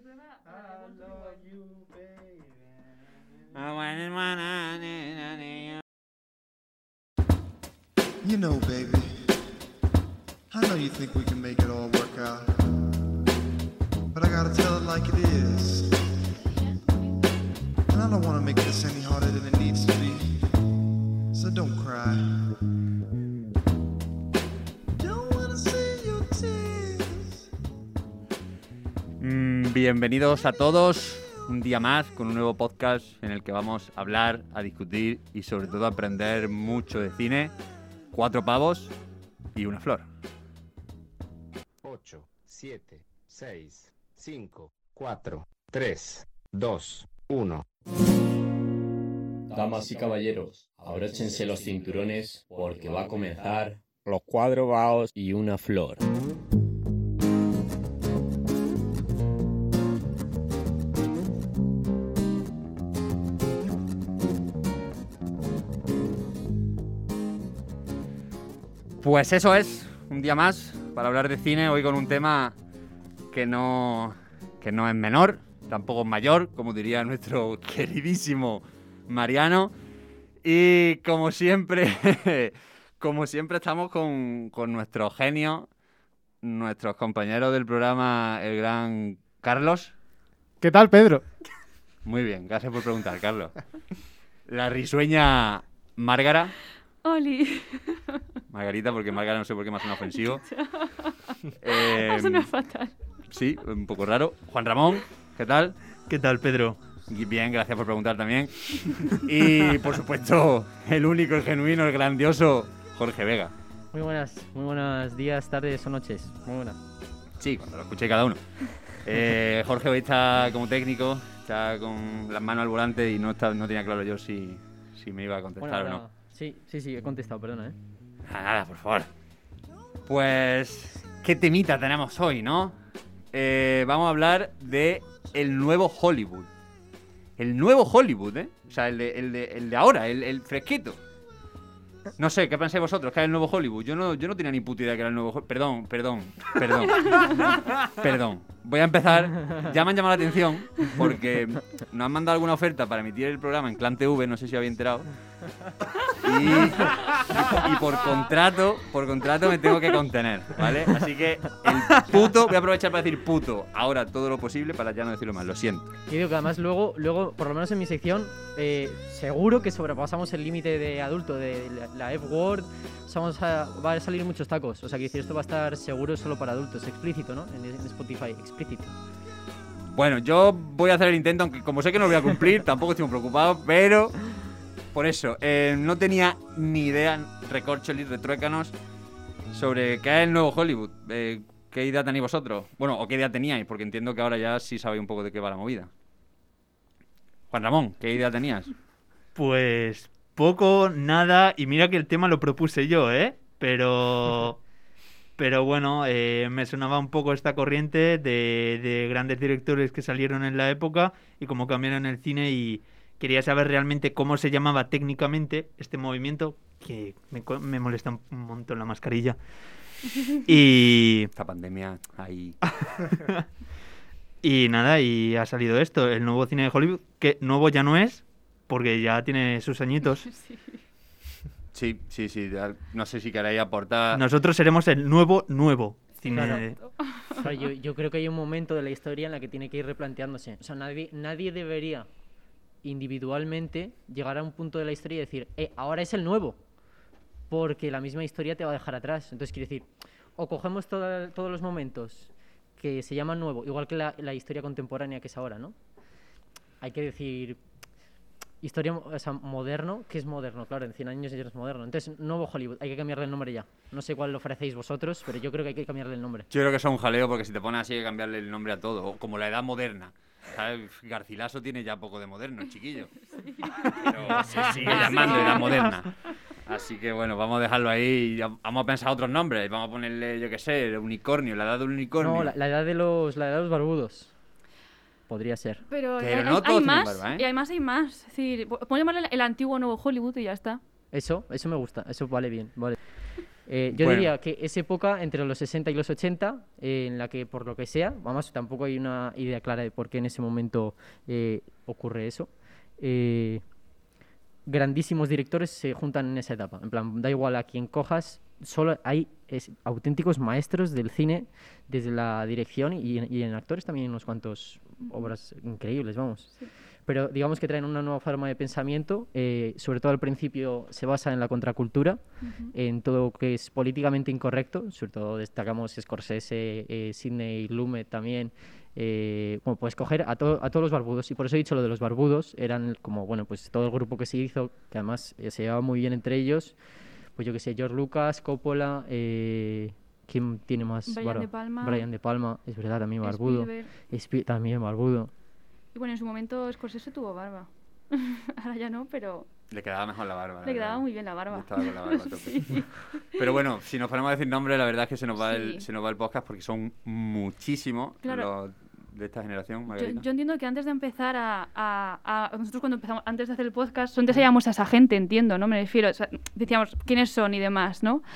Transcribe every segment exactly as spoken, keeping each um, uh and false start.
You know, baby, I know you think we can make it all work out, but I gotta tell it like it is, and I don't want to make this any harder than it needs to be, so don't cry. Don't wanna see your tears. Mm, bienvenidos a todos, un día más con un nuevo podcast en el que vamos a hablar, a discutir y sobre todo a aprender mucho de cine. Cuatro pavos y una flor. ocho, siete, seis, cinco, cuatro, tres, dos, uno. Damas y caballeros, abróchense los cinturones porque va a comenzar los cuatro pavos y una flor. Pues eso es, un día más para hablar de cine, hoy con un tema que no, que no es menor, tampoco es mayor, como diría nuestro queridísimo Mariano. Y como siempre, como siempre estamos con, con nuestros genios, nuestros compañeros del programa, el gran Carlos. ¿Qué tal, Pedro? Muy bien, gracias por preguntar, Carlos. La risueña Márgara. Oli. Margarita, porque Márgara no sé por qué me suena ofensivo. eh, Suena fatal. Sí, un poco raro. Juan Ramón, ¿qué tal? ¿Qué tal, Pedro? Bien, gracias por preguntar también. Y, por supuesto, el único, el genuino, el grandioso Jorge Vega. Muy buenas, muy buenos días, tardes o noches. Muy buenas. Sí, cuando lo escuche cada uno. Eh, Jorge hoy está como técnico, está con las manos al volante y no, está, no tenía claro yo si, si me iba a contestar bueno, o no. Sí, sí, sí, he contestado, perdona, ¿eh? Nada, nada, por favor. Pues, ¿qué temita tenemos hoy, no? Eh, vamos a hablar de el nuevo Hollywood. El nuevo Hollywood, ¿eh? O sea, el de, el de, el de ahora, el, el fresquito. No sé, ¿qué pensáis vosotros? ¿Qué es el nuevo Hollywood? Yo no, yo no tenía ni puta idea que era el nuevo Hollywood. Perdón, perdón, perdón. Perdón. Voy a empezar. Ya me han llamado la atención porque nos han mandado alguna oferta para emitir el programa en Clan T V, no sé si había enterado. Y, y por contrato, por contrato me tengo que contener, ¿vale? Así que el puto, voy a aprovechar para decir puto ahora todo lo posible para ya no decirlo más, lo siento. Y digo que además luego, luego por lo menos en mi sección, eh, seguro que sobrepasamos el límite de adulto, de la, la F-word, vamos a, va a salir muchos tacos, o sea que decir esto va a estar seguro solo para adultos, explícito, ¿no? En, en Spotify, explícito. Bueno, yo voy a hacer el intento, aunque como sé que no lo voy a cumplir, tampoco estoy muy preocupado, pero... Por eso, eh, no tenía ni idea, recorcholis, retruécanos, sobre qué es el nuevo Hollywood. Eh, ¿Qué idea tenéis vosotros? Bueno, o qué idea teníais, porque entiendo que ahora ya sí sabéis un poco de qué va la movida. Juan Ramón, ¿qué idea tenías? Pues poco, nada, y mira que el tema lo propuse yo, ¿eh? Pero... Pero bueno, eh, me sonaba un poco esta corriente de, de grandes directores que salieron en la época y cómo cambiaron el cine y... Quería saber realmente cómo se llamaba técnicamente este movimiento, que me, me molesta un montón la mascarilla. Y... Esta pandemia ahí... Y nada, y ha salido esto, el nuevo cine de Hollywood, que nuevo ya no es, porque ya tiene sus añitos. Sí. Sí, sí, sí, no sé si queréis aportar... Nosotros seremos el nuevo, nuevo cine. Claro. De... Claro, yo, yo creo que hay un momento de la historia en la que tiene que ir replanteándose. O sea, nadie, nadie debería... individualmente llegar a un punto de la historia y decir, eh, ahora es el nuevo, porque la misma historia te va a dejar atrás. Entonces quiero decir, o cogemos toda, todos los momentos que se llaman nuevo, igual que la, la historia contemporánea que es ahora, ¿no? Hay que decir historia, o sea, moderno, ¿qué es moderno? Claro, en cien años ya es moderno. Entonces, nuevo Hollywood, hay que cambiarle el nombre ya. No sé cuál lo ofrecéis vosotros, pero yo creo que hay que cambiarle el nombre. Yo creo que eso es un jaleo, porque si te pones así hay que cambiarle el nombre a todo, o como la edad moderna. ¿Sabes? Garcilaso tiene ya poco de moderno, chiquillo. Sí. Pero se sigue llamando edad moderna. Así que bueno, vamos a dejarlo ahí. Vamos a pensar otros nombres. Vamos a ponerle, yo qué sé, el unicornio, la edad del unicornio. No, la, la edad de los, la edad de los barbudos. Podría ser. Pero, Pero hay, no hay, todos hay más, tienen barba, ¿eh? Y además hay más. Es decir, podemos llamarle el antiguo nuevo Hollywood y ya está. Eso, eso me gusta. Eso vale bien. Vale. Eh, yo Bueno. diría que es época entre los sesenta y los ochenta, eh, en la que por lo que sea, vamos, tampoco hay una idea clara de por qué en ese momento eh, ocurre eso. Eh, grandísimos directores se juntan en esa etapa. En plan, da igual a quien cojas, solo hay es, auténticos maestros del cine desde la dirección y, y en actores también unos cuantos obras increíbles, vamos. Sí. Pero digamos que traen una nueva forma de pensamiento, eh, sobre todo al principio se basa en la contracultura, Ujú. en todo lo que es políticamente incorrecto, sobre todo destacamos Scorsese, eh, Sidney Lumet también, eh, bueno, puedes coger a, to- a todos los barbudos, y por eso he dicho lo de los barbudos, eran como, bueno, pues todo el grupo que se hizo, que además eh, se llevaba muy bien entre ellos, pues yo que sé, George Lucas, Coppola, eh, ¿quién tiene más Brian barba? De Palma. Brian De Palma, es verdad, también barbudo, Spielberg. Spi- también barbudo. Y bueno, en su momento Scorsese tuvo barba. Ahora ya no, pero Le quedaba mejor la barba. la le quedaba verdad. muy bien la barba. Yo estaba con la barba a tope. Sí. Pero bueno, si nos ponemos a decir nombres, la verdad es que se nos va, el, Sí. se nos va el podcast porque son muchísimos Claro. los de esta generación, Yo, Margarita. yo entiendo que antes de empezar a, a- a- Nosotros cuando empezamos, antes de hacer el podcast, antes sabíamos a esa gente, entiendo, ¿no? Me refiero, o sea, decíamos quiénes son y demás, ¿no?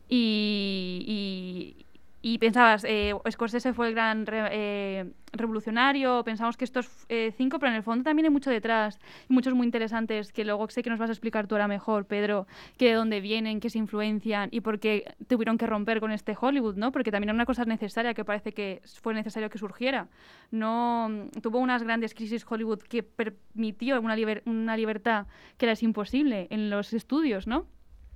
Y, y, y pensabas, eh, Scorsese fue el gran re- eh, revolucionario, pensamos que estos eh, cinco, pero en el fondo también hay mucho detrás, y muchos muy interesantes que luego sé que nos vas a explicar tú ahora mejor, Pedro, que de dónde vienen, qué se influencian y por qué tuvieron que romper con este Hollywood, ¿no? Porque también era una cosa necesaria que parece que fue necesario que surgiera. No mm, tuvo unas grandes crisis Hollywood que permitió una, liber- una libertad que era imposible en los estudios, ¿no?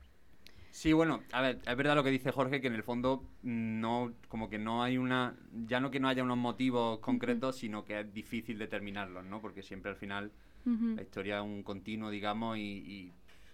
Sí, bueno, a ver, es verdad lo que dice Jorge, que en el fondo no, como que no hay una, ya no que no haya unos motivos concretos, sino que es difícil determinarlos, ¿no? Porque siempre al final Ujú. la historia es un continuo, digamos, y, y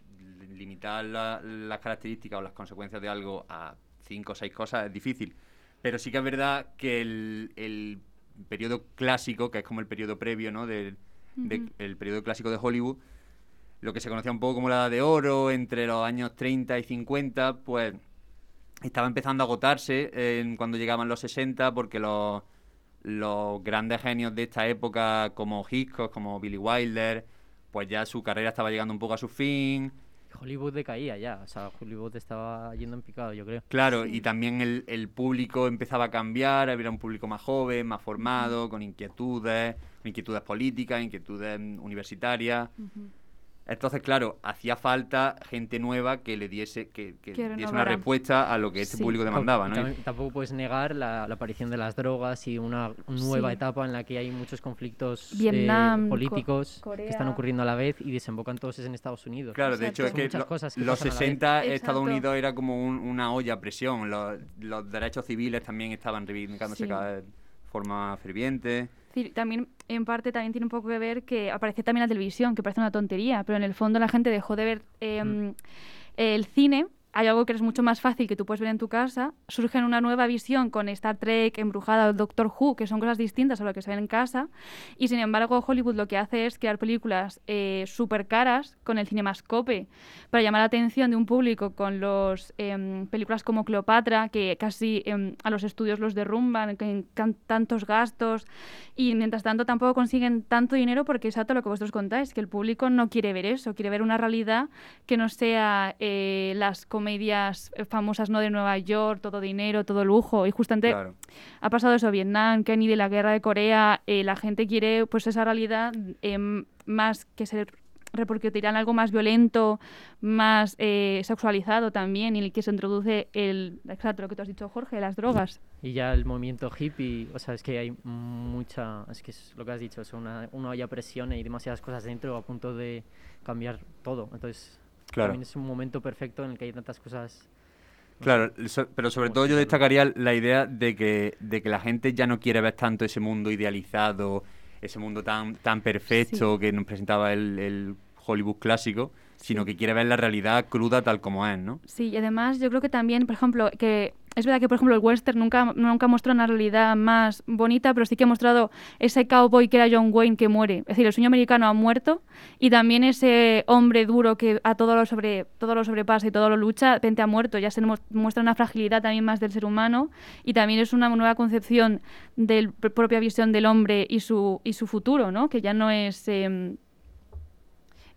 limitar la- las características o las consecuencias de algo a cinco o seis cosas es difícil. Pero sí que es verdad que el, el periodo clásico, que es como el periodo previo, ¿no? Del, de- Ujú. el periodo clásico de Hollywood, lo que se conocía un poco como la Edad de Oro, entre los años treinta y cincuenta, pues estaba empezando a agotarse en cuando llegaban los sesenta, porque los, los grandes genios de esta época, como Hitchcock, como Billy Wilder, pues ya su carrera estaba llegando un poco a su fin. Hollywood decaía ya, o sea, Hollywood estaba yendo en picado, yo creo. Claro, Sí. y también el, el público empezaba a cambiar, había un público más joven, más formado, con inquietudes, con inquietudes políticas, inquietudes mm, universitarias. Ujú. Entonces, claro, hacía falta gente nueva que le diese, que, que Que diese una renovara. respuesta a lo que este Sí. público demandaba, Y ¿no? también- tampoco puedes negar la, la aparición de las drogas y una nueva Sí. etapa en la que hay muchos conflictos eh, Vietnam, Co- políticos Corea. que están ocurriendo a la vez y desembocan todos en Estados Unidos. Claro, de Exacto. hecho es Son que muchas lo- cosas que los pasan a la vez. sesenta Estados Exacto. Unidos era como un- una olla a presión. Los, los derechos civiles también estaban reivindicándose Sí. cada vez de forma ferviente. Es decir, también, en parte, también tiene un poco que ver que apareció también la televisión, que parece una tontería, pero en el fondo la gente dejó de ver eh, Mm. el cine. Hay algo que es mucho más fácil que tú puedes ver en tu casa. Surge una nueva visión con Star Trek, Embrujada o Doctor Who, que son cosas distintas a lo que se ve en casa. Y sin embargo, Hollywood lo que hace es crear películas eh, súper caras con el cinemascope para llamar la atención de un público con los em, películas como Cleopatra, que casi em, a los estudios los derrumban, que can- tantos gastos. Y mientras tanto tampoco consiguen tanto dinero porque exacto lo que vosotros contáis, que el público no quiere ver eso, quiere ver una realidad que no sea eh, las comedias eh, famosas, ¿no?, de Nueva York, todo dinero, todo lujo. Y justamente Claro. ha pasado eso, Vietnam, Kennedy, la guerra de Corea, eh, la gente quiere pues esa realidad eh, más que se repercutirá en algo más violento, más eh, sexualizado también, y en el que se introduce el, exacto, lo que tú has dicho, Jorge, las drogas. Y ya el movimiento hippie, o sea, es que hay mucha, es que es lo que has dicho, es una, una olla a presión y demasiadas cosas dentro a punto de cambiar todo. Entonces, Claro. también es un momento perfecto en el que hay tantas cosas. no Claro, sé, so- pero sobre ¿cómo todo yo explicarlo? destacaría la idea de que, de que la gente ya no quiere ver tanto ese mundo idealizado, ese mundo tan, tan perfecto que nos presentaba el, el Hollywood clásico, sino Sí. que quiere ver la realidad cruda tal como es, ¿no? Sí, y además yo creo que también, por ejemplo, que es verdad que, por ejemplo, el western nunca, nunca mostró una realidad más bonita, pero sí que ha mostrado ese cowboy que era John Wayne que muere. Es decir, el sueño americano ha muerto y también ese hombre duro que a todo lo, sobre, todo lo sobrepasa y todo lo lucha, de repente ha muerto. Ya se mu- muestra una fragilidad también más del ser humano y también es una nueva concepción de la propia visión del hombre y su, y su futuro, ¿no? Que ya no es... em,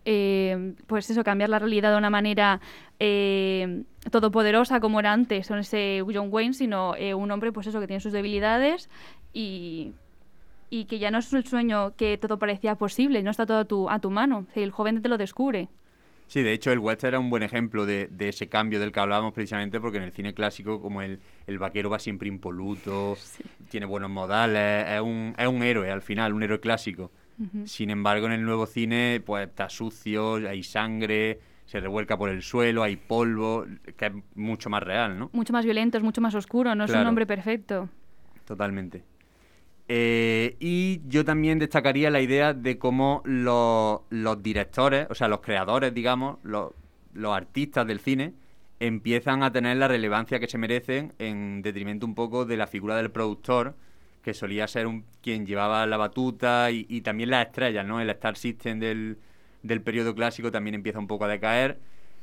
eh, pues eso, cambiar la realidad de una manera eh, todopoderosa como era antes, con ese John Wayne, sino eh, un hombre, pues eso, que tiene sus debilidades y, y que ya no es el sueño que todo parecía posible, no está todo a tu, a tu mano, o sea, el joven te lo descubre. Sí, de hecho el western era un buen ejemplo de, de ese cambio del que hablábamos precisamente, porque en el cine clásico, como el, el vaquero va siempre impoluto, sí. tiene buenos modales, es un, es un héroe al final, un héroe clásico. Uh-huh. Sin embargo, en el nuevo cine pues está sucio, hay sangre, se revuelca por el suelo, hay polvo, que es mucho más real, ¿no? Mucho más violento, es mucho más oscuro, no claro. es un hombre perfecto. Totalmente. Eh, y yo también destacaría la idea de cómo los, los directores, o sea, los creadores, digamos, los, los artistas del cine, empiezan a tener la relevancia que se merecen en detrimento un poco de la figura del productor, que solía ser un, quien llevaba la batuta y, y también las estrellas, ¿no? El Star System del, del periodo clásico también empieza un poco a decaer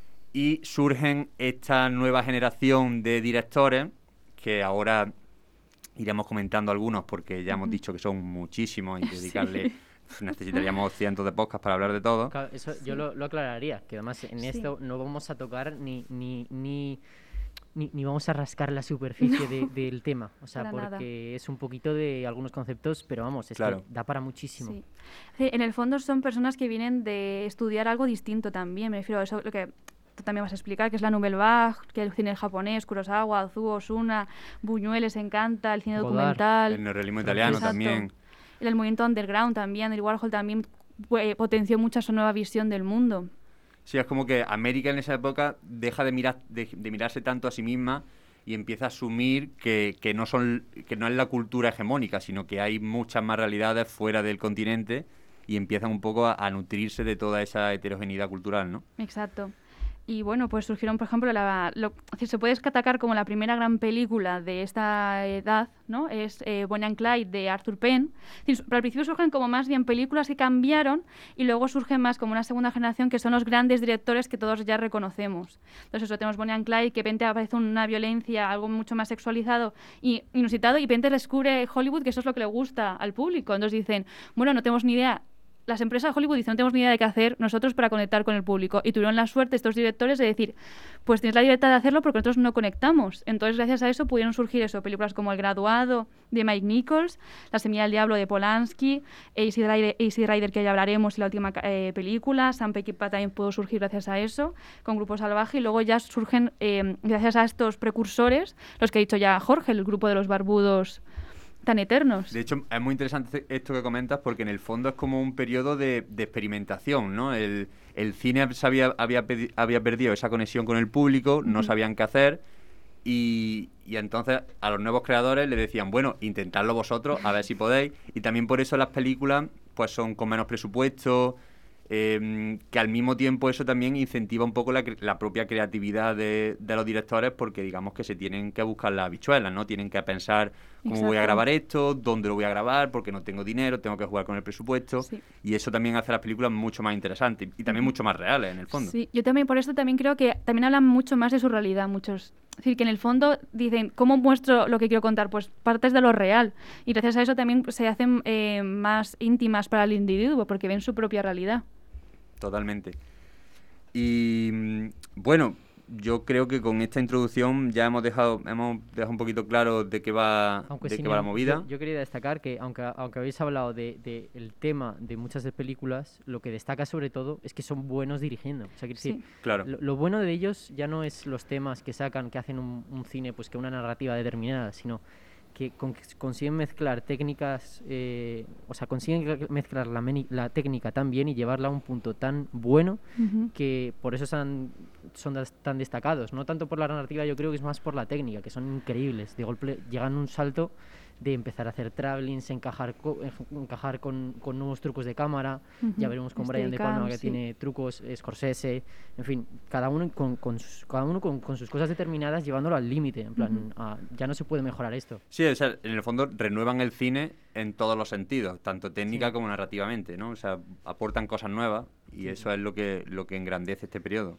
y surgen esta nueva generación de directores que ahora iremos comentando algunos porque ya hemos dicho que son muchísimos y dedicarle sí. necesitaríamos cientos de podcasts para hablar de todo. Claro, eso sí. Yo lo, lo aclararía, que además en sí. esto no vamos a tocar ni ni ni ni, ni vamos a rascar la superficie no, de, del tema, o sea, porque nada. Es un poquito de algunos conceptos, pero vamos, es claro. que da para muchísimo. Sí. Sí, en el fondo son personas que vienen de estudiar algo distinto también, me refiero a eso, lo que tú también vas a explicar, que es la Nouvelle Vague, que el cine japonés, Kurosawa, Ozu, Osuna, Buñuel les encanta, el cine Godard. documental. El neorrealismo italiano Exacto. también. El movimiento underground también, el Warhol también eh, potenció mucho su nueva visión del mundo. Sí, es como que América en esa época deja de, mirar, de, de mirarse tanto a sí misma y empieza a asumir que, que, no son, que no es la cultura hegemónica, sino que hay muchas más realidades fuera del continente y empiezan un poco a, a nutrirse de toda esa heterogeneidad cultural, ¿no? Exacto. Y bueno, pues surgieron, por ejemplo, la, lo, se puede destacar como la primera gran película de esta edad, ¿no? Es eh, Bonnie and Clyde de Arthur Penn. Es decir, al principio surgen como más bien películas que cambiaron y luego surgen más como una segunda generación que son los grandes directores que todos ya reconocemos. Entonces eso, tenemos Bonnie and Clyde, que de repente aparece una violencia, algo mucho más sexualizado y inusitado, y de repente descubre Hollywood que eso es lo que le gusta al público. Entonces dicen, bueno, no tenemos ni idea. Las empresas de Hollywood dicen, no tenemos ni idea de qué hacer nosotros para conectar con el público. Y tuvieron la suerte estos directores de decir, pues tienes la libertad de hacerlo porque nosotros no conectamos. Entonces, gracias a eso, pudieron surgir eso, películas como El Graduado, de Mike Nichols, La Semilla del Diablo, de Polanski, Easy Rider, Easy Rider que ya hablaremos, y la última eh, película, Sam Peckinpah también pudo surgir gracias a eso, con Grupo Salvaje, y luego ya surgen, eh, gracias a estos precursores, los que ha dicho ya Jorge, el grupo de los barbudos tan eternos. De hecho, es muy interesante esto que comentas porque en el fondo es como un periodo de, de experimentación, ¿no? El, el cine sabía, había, había perdido esa conexión con el público, no sabían qué hacer y, y entonces a los nuevos creadores le decían, bueno, intentadlo vosotros, a ver si podéis. Y también por eso las películas pues son con menos presupuesto, eh, que al mismo tiempo eso también incentiva un poco la, la propia creatividad de, de los directores porque digamos que se tienen que buscar las habichuelas, ¿no? Tienen que pensar cómo Exacto. voy a grabar esto, dónde lo voy a grabar, porque no tengo dinero, tengo que jugar con el presupuesto sí. y eso también hace las películas mucho más interesantes y también mucho más reales en el fondo. Sí, yo también por eso también creo que también hablan mucho más de su realidad muchos. Es decir, que en el fondo dicen, ¿cómo muestro lo que quiero contar? Pues partes de lo real y gracias a eso también se hacen eh, más íntimas para el individuo porque ven su propia realidad. Totalmente. Y bueno, yo creo que con esta introducción ya hemos dejado hemos dejado un poquito claro de qué va, aunque de sí, qué va la movida. Yo, yo quería destacar que aunque, aunque habéis hablado del de, de tema de muchas de películas, lo que destaca sobre todo es que son buenos dirigiendo. O sea, quiero sí. decir, claro. lo, lo bueno de ellos ya no es los temas que sacan, que hacen un, un cine, pues que una narrativa determinada, sino que con, consiguen mezclar técnicas, eh, o sea, consiguen mezclar la, meni, la técnica tan bien y llevarla a un punto tan bueno uh-huh. que por eso son, son tan destacados. No tanto por la narrativa, yo creo que es más por la técnica, que son increíbles. De golpe llegan a un salto de empezar a hacer travelings, encajar, co encajar con, con nuevos trucos de cámara. Uh-huh. Ya veremos con Brian De Palma, que sí. tiene trucos, Scorsese, en fin, cada uno con, con, sus, cada uno con, con sus cosas determinadas, llevándolo al límite, en plan, uh-huh. a, ya no se puede mejorar esto. Sí, o sea, en el fondo renuevan el cine en todos los sentidos, tanto técnica sí. como narrativamente, ¿no? O sea, aportan cosas nuevas y sí. eso es lo que, lo que engrandece este periodo.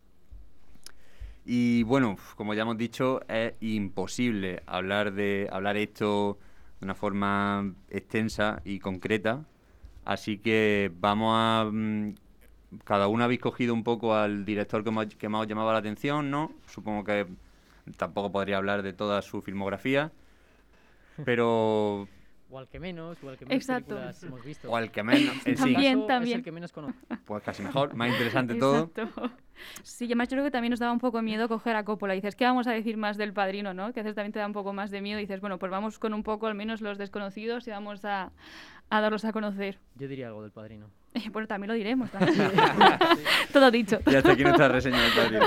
Y bueno, como ya hemos dicho, es imposible hablar de hablar esto de una forma extensa y concreta, así que vamos a mm, cada uno habéis cogido un poco al director que más, que más os llamaba la atención, ¿no? Supongo que tampoco podría hablar de toda su filmografía, pero... O al que menos, o al que menos Exacto. películas hemos visto. O al que menos, en sí. También, Es también. el que menos conozco. Pues casi mejor, más interesante todo. Exacto. Sí, además yo creo que también nos daba un poco miedo coger a Coppola. Dices, ¿qué vamos a decir más del Padrino, no? Que a veces también te da un poco más de miedo. Dices, bueno, pues vamos con un poco al menos los desconocidos y vamos a, a darlos a conocer. Yo diría algo del Padrino. Bueno, también lo diremos. También. Todo dicho. Y hasta aquí nuestra reseña del Padrino.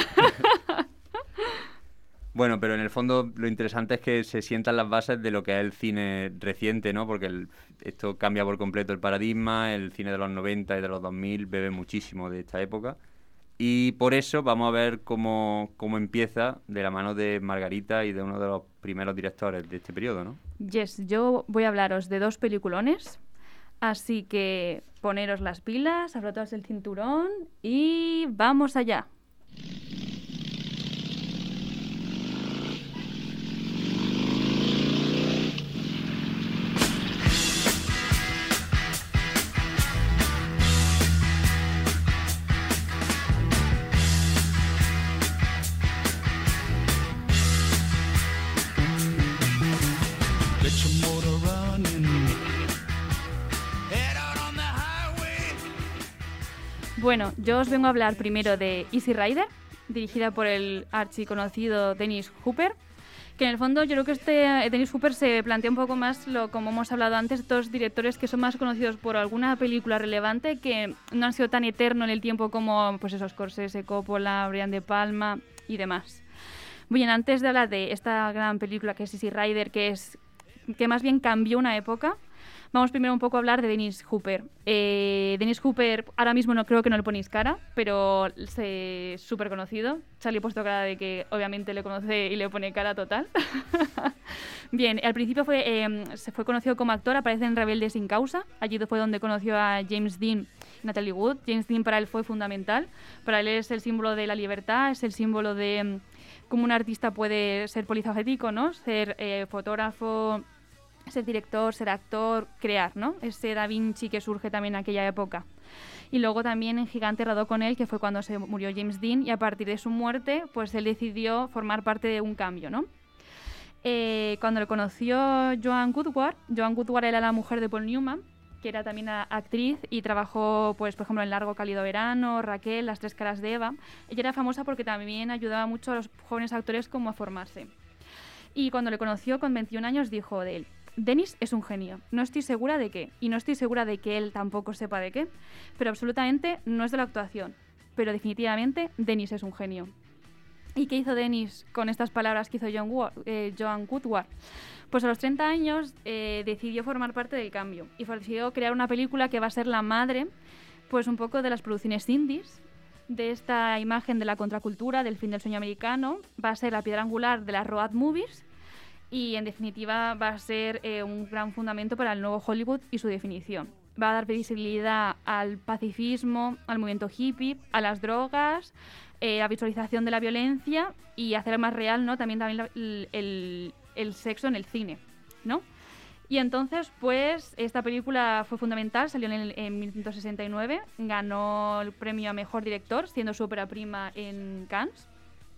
Bueno, pero en el fondo lo interesante es que se sientan las bases de lo que es el cine reciente, ¿no? Porque el- esto cambia por completo el paradigma, el cine de los noventa y de los dos mil bebe muchísimo de esta época. Y por eso vamos a ver cómo, cómo empieza de la mano de Margarita y de uno de los primeros directores de este periodo, ¿no? Yes, yo voy a hablaros de dos peliculones. Así que poneros las pilas, abrotaos el cinturón y vamos allá. Get your motor running. Head out on the highway. Bueno, yo os vengo a hablar primero de Easy Rider, dirigida por el archiconocido Dennis Hopper, que en el fondo yo creo que este eh, Dennis Hopper se plantea un poco más, lo como hemos hablado antes, estos directores que son más conocidos por alguna película relevante, que no han sido tan eterno en el tiempo como pues esos Scorsese, Coppola, Brian De Palma y demás. Bien, antes de hablar de esta gran película que es Easy Rider, que es que más bien cambió una época, vamos primero un poco a hablar de Dennis Hopper. Eh, Dennis Hopper, ahora mismo no creo que no le ponéis cara, pero es súper conocido. Charlie ha puesto cara de que obviamente le conoce y le pone cara total. Bien, al principio fue, eh, se fue conocido como actor, aparece en Rebelde sin causa. Allí fue donde conoció a James Dean y Natalie Wood. James Dean para él fue fundamental. Para él es el símbolo de la libertad, es el símbolo de mm, cómo un artista puede ser polifacético, ¿no? Ser eh, fotógrafo, ser director, ser actor, crear, ¿no? Ese Da Vinci que surge también en aquella época. Y luego también en Gigante rodó con él, que fue cuando se murió James Dean, y a partir de su muerte, pues él decidió formar parte de un cambio, ¿no? Eh, cuando lo conoció Joan Woodward, Joan Woodward era la mujer de Paul Newman, que era también a- actriz y trabajó, pues, por ejemplo, en Largo Cálido Verano, Raquel, Las Tres Caras de Eva. Ella era famosa porque también ayudaba mucho a los jóvenes actores como a formarse. Y cuando le conoció con veintiún años dijo de él: Dennis es un genio, no estoy segura de qué, y no estoy segura de que él tampoco sepa de qué, pero absolutamente no es de la actuación, pero definitivamente Dennis es un genio. ¿Y qué hizo Dennis con estas palabras que hizo John Wa- eh, Joan Woodward? Pues a los treinta años eh, decidió formar parte del cambio y decidió crear una película que va a ser la madre, pues un poco de las producciones indies, de esta imagen de la contracultura, del fin del sueño americano. Va a ser la piedra angular de las road movies y en definitiva va a ser eh, un gran fundamento para el nuevo Hollywood y su definición. Va a dar visibilidad al pacifismo, al movimiento hippie, a las drogas, eh, a visualización de la violencia y hacer más real, ¿no? También, también la- el, el- el sexo en el cine, ¿no? Y entonces, pues, esta película fue fundamental, salió en, el, en mil novecientos sesenta y nueve, ganó el premio a Mejor Director, siendo su ópera prima en Cannes.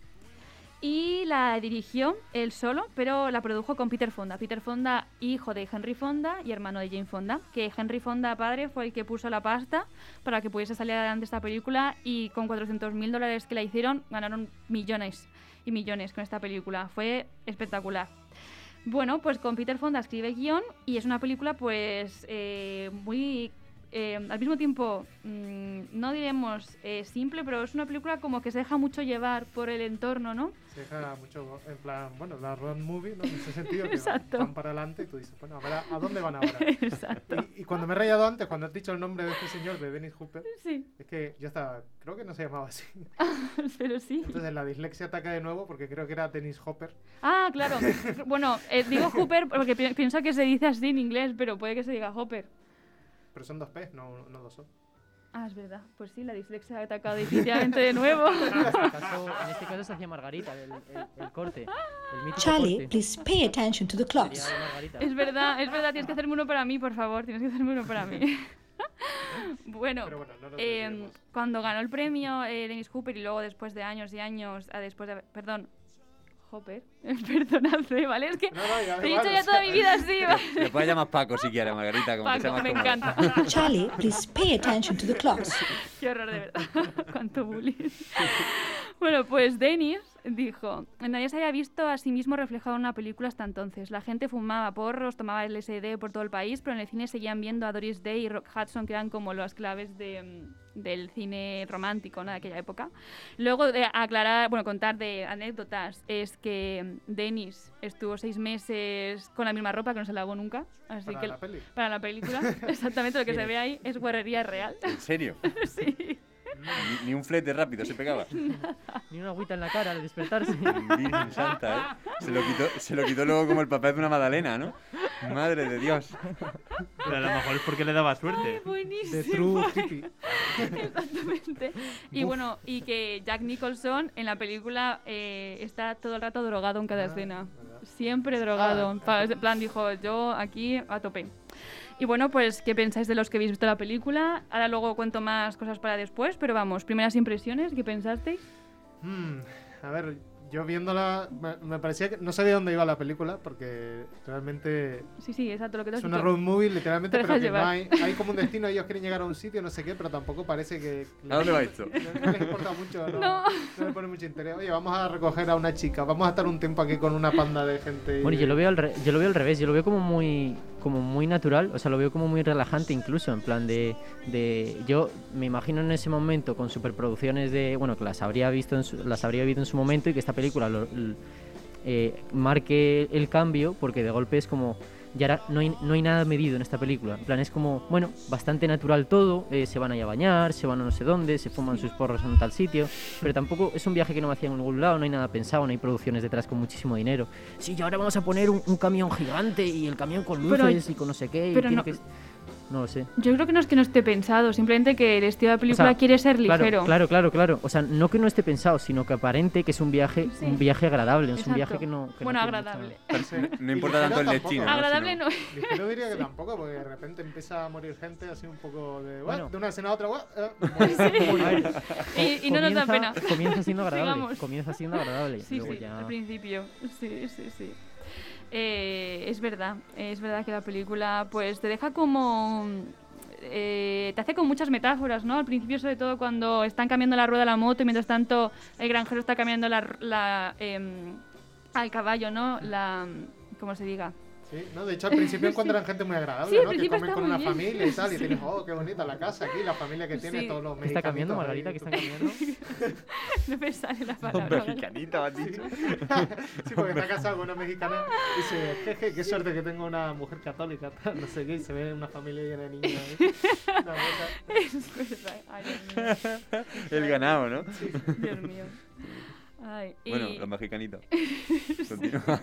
Y la dirigió él solo, pero la produjo con Peter Fonda. Peter Fonda, hijo de Henry Fonda y hermano de Jane Fonda. Que Henry Fonda, padre, fue el que puso la pasta para que pudiese salir adelante esta película. Y con cuatrocientos mil dólares que la hicieron, ganaron millones y millones con esta película. Fue espectacular. Bueno, pues con Peter Fonda escribe el guión y es una película, pues, eh, muy... Eh, al mismo tiempo, mmm, no diremos eh, simple, pero es una película como que se deja mucho llevar por el entorno, ¿no? Se deja mucho, en plan, bueno, la road movie, ¿no? En ese sentido, que Exacto. van para adelante y tú dices, bueno, a ver, ¿a, a dónde van ahora? Exacto. Y, y cuando me he rayado antes, cuando has dicho el nombre de este señor, de Dennis Hopper, Sí, es que ya está, creo que no se llamaba así. pero sí. Entonces la dislexia ataca de nuevo porque creo que era Dennis Hopper. Ah, claro. Bueno, eh, digo Hopper porque pi- pienso que se dice así en inglés, pero puede que se diga Hopper. Pero son dos P, no, no dos O. Ah, es verdad. Pues sí, la dislexia ha atacado definitivamente de nuevo. En este caso, en este caso se hacía Margarita, el, el- el corte. El mítico Charlie, corte. please pay attention to the Sería clocks. de Margarita. Es verdad, es verdad. Tienes que hacerme uno para mí, por favor. Tienes que hacerme uno para mí. Bueno, Pero bueno, no nos eh, desviemos. cuando ganó el premio eh, Dennis Hopper y luego después de años y años, ah, después de, perdón, Hopper, perdonadme, ¿vale? Es que No, no, ya da te he igual, dicho ya o toda sea. mi vida así, ¿vale? Le puedes llamar Paco si quieres, Margarita, como que sea Paco, más me cómodo. encanta. Charlie, please pay attention to the class. Qué horror, de verdad. Cuánto bullying. Bueno, pues Dennis dijo, nadie se había visto a sí mismo reflejado en una película hasta entonces. La gente fumaba porros, tomaba L S D por todo el país, pero en el cine seguían viendo a Doris Day y Rock Hudson, que eran como las claves de, mm, del cine romántico, ¿no?, de aquella época. Luego de aclarar, bueno, contar de anécdotas, es que Dennis estuvo seis meses con la misma ropa que no se lavó nunca. Así Para que la peli. para la película, exactamente lo que se ve ahí es guarrería real. ¿En serio? Sí. Ni, ni un flete rápido se pegaba. Ni una agüita en la cara al despertarse. Virgen santa, ¿eh? Se lo, quitó, se lo quitó luego como el papel de una magdalena, ¿no? Madre de Dios. Pero a lo mejor es porque le daba suerte. Buenísimo. De True Hippie. Exactamente. Y bueno, y que Jack Nicholson en la película eh, está todo el rato drogado en cada Ah, escena. verdad. Siempre drogado. Ah. Pa- En plan, dijo, yo aquí a tope. Y bueno, pues, ¿qué pensáis de los que habéis visto la película? Ahora luego cuento más cosas para después, pero vamos, primeras impresiones, ¿qué pensasteis? Hmm, a ver, yo viéndola, me, me parecía que no sabía dónde iba la película, porque realmente Sí, sí, exacto, lo que te has es una dicho. road movie, literalmente, Te pero dejas que no llevar. hay, hay como un destino, ellos quieren llegar a un sitio, no sé qué, pero tampoco parece que... ¿A dónde va esto? No, no les importa mucho, no, No. no les pone mucho interés. Oye, vamos a recoger a una chica, vamos a estar un tiempo aquí con una panda de gente. y- Bueno, yo lo veo al re- yo lo veo al revés, yo lo veo como muy como muy natural, o sea, lo veo como muy relajante incluso, en plan de, de yo me imagino en ese momento con superproducciones de, bueno, que las habría visto en su- las habría visto en su momento y que esta película lo- l- eh, marque el cambio, porque de golpe es como ya ahora no hay, no hay nada medido en esta película, en plan es como, bueno, bastante natural todo, eh, se van a ir a bañar, se van a no sé dónde, se fuman sus porros en tal sitio, pero tampoco es un viaje que no me hacía en ningún lado, no hay nada pensado, no hay producciones detrás con muchísimo dinero. Sí, y ahora vamos a poner un, un camión gigante y el camión con luces Pero- y con no sé qué, y pero tiene no- que... No lo sé. Yo creo que no es que no esté pensado, simplemente que el estilo de la película O sea, quiere ser Claro, ligero. claro, claro, claro. O sea, no que no esté pensado, sino que aparente que es un viaje, Sí. un viaje agradable, es un Exacto. viaje que no... que no Bueno, tiene agradable. mucha- No importa tanto el destino, ¿no? Agradable Sino- no. Ligero diría que tampoco, porque de repente empieza a morir gente así un poco de... "What?", Bueno. de una escena a otra, "What?", eh, muere, A muere. ver, Y, y no nos da comienza- pena. Comienza siendo agradable. Sigamos. Comienza siendo agradable. Sí, Luego sí, ya... al principio. Sí, sí, sí. Eh, es verdad, es verdad que la película pues te deja como... eh, te hace con muchas metáforas, ¿no? Al principio, sobre todo, cuando están cambiando la rueda de la moto y mientras tanto el granjero está cambiando la... la em, al caballo, ¿no? La... ¿Cómo se diga? Sí, ¿no? De hecho, al principio encuentran gente muy agradable, Sí, al ¿no? Que principio comen está con muy una bien. familia y tal, y Sí. tienes, oh, qué bonita la casa aquí, la familia que tiene, Sí. todos los ¿Qué está cambiando, mexicanitos Margarita? ahí, ¿Qué está cambiando? No me sale la Un palabra. ¿vale? mexicanito, has dicho. Sí, porque está casado con una mexicana y dice, jeje, qué suerte que tengo una mujer católica, tal, no sé qué, y se ve una familia llena de niños ahí. Una cosa- Es verdad. Ay, Dios mío. El ganado, ¿no? Dios mío. Ay, y... Bueno, los mexicanitos. Continúa.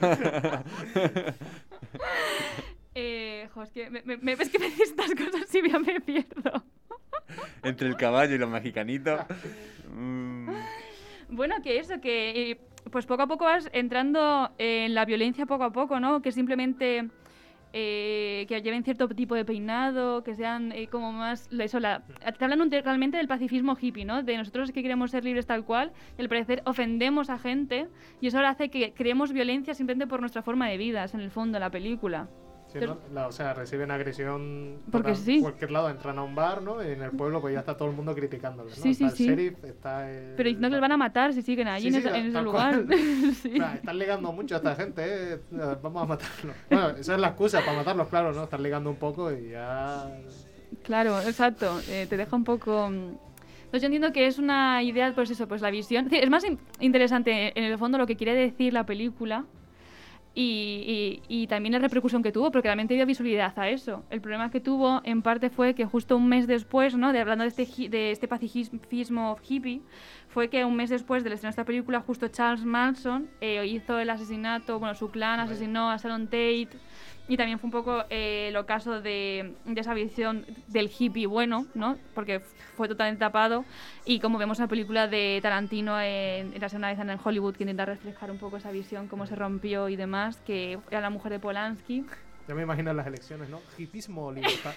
Eh, jo, es que me, me, me- es que me dices estas cosas y ya me pierdo. Entre el caballo y los mexicanitos. Mm, Bueno, que eso, que eh, pues poco a poco vas entrando en la violencia poco a poco, ¿no? Que simplemente eh, que lleven cierto tipo de peinado, que sean eh, como más... Eso, la, te hablan un- realmente del pacifismo hippie, ¿no? De nosotros que queremos ser libres tal cual, y al parecer ofendemos a gente, y eso ahora hace que creemos violencia simplemente por nuestra forma de vida, es en el fondo la película. Sí, ¿no? La- o sea, reciben agresión Porque por sí. cualquier lado, entran a un bar, ¿no? Y en el pueblo pues ya está todo el mundo criticándoles, ¿no? Sí, sí, está sí. el sheriff, está el... Pero diciendo que les van a matar si siguen allí Sí, en, sí, ese, en ese tal lugar. cual. Sí. O sea, están ligando mucho a esta gente, ¿eh? Vamos a matarlos. Bueno, esa es la excusa para matarlos, claro, ¿no? Están ligando un poco y ya... Claro, exacto. Eh, te deja un poco... mm. Entonces yo entiendo que es una idea, pues eso, pues la visión... Sí, es más in- interesante en el fondo lo que quiere decir la película y, y, y también la repercusión que tuvo, porque realmente dio visibilidad a eso. El problema que tuvo en parte fue que justo un mes después, ¿no? De hablando de este, hi- de este pacifismo hippie, fue que un mes después del estreno de esta película, justo Charles Manson eh, hizo el asesinato, bueno, su clan asesinó a Sharon Tate, y también fue un poco eh, el ocaso de, de esa visión del hippie bueno, ¿no? Porque fue totalmente tapado, y como vemos en la película de Tarantino en, en La segunda vez en Hollywood, que intenta reflejar un poco esa visión, cómo se rompió y demás, que era la mujer de Polanski. Ya me imagino en las elecciones, ¿no? Hipismo o libertad.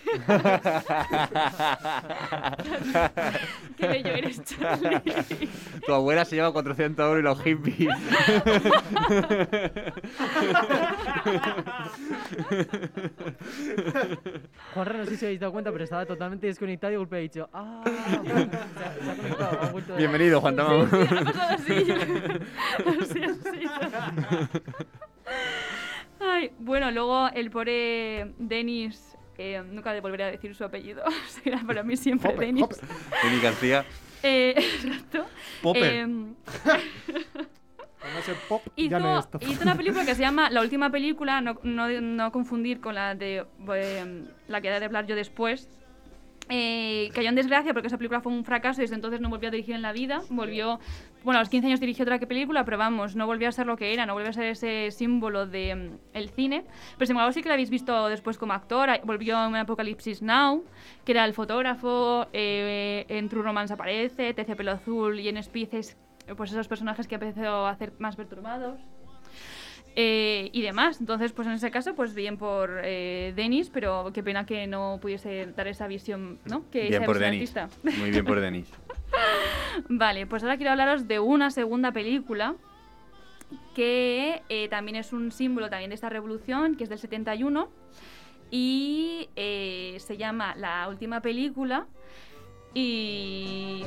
Qué bello eres, Charlie. Tu abuela se lleva cuatrocientos euros y los hippies. Juanra, no sé si habéis dado cuenta, pero estaba totalmente desconectado y de golpe ha dicho ¡ah! Se ha, se ha conectado, ha vuelto de- Bienvenido, Juan Ramón. Sí, sí, ha pasado así. Así, así. Ay, bueno, luego el pobre Denis, eh, nunca le volveré a decir su apellido, será para mí siempre Hopper, Denis. Hopper. Denis García. Eh, exacto. Popper. Eh, Con ese pop, ya hizo, no es esto. hizo una película que se llama La Última Película, no, no, no confundir con la de eh, la que he de hablar yo después. Eh, cayó en desgracia porque esa película fue un fracaso y desde entonces no volvió a dirigir en la vida. Volvió, bueno, a los quince años dirigió otra película, pero vamos, no volvió a ser lo que era, no volvió a ser ese símbolo del de, mm, cine. Pero sin embargo sí que la habéis visto después como actor. Volvió en Apocalipsis Now, que era el fotógrafo, eh, en True Romance aparece, T C Pelo Azul y en Species, pues esos personajes que empezó a hacer más perturbados. Eh, y demás. Entonces, pues en ese caso, pues bien por eh, Denis, pero qué pena que no pudiese dar esa visión, ¿no? Que Bien esa por visión Denis. artista. Muy bien por Denis. Vale, pues ahora quiero hablaros de una segunda película que eh, también es un símbolo también de esta revolución, que es del setenta y uno y eh, se llama La Última Película y...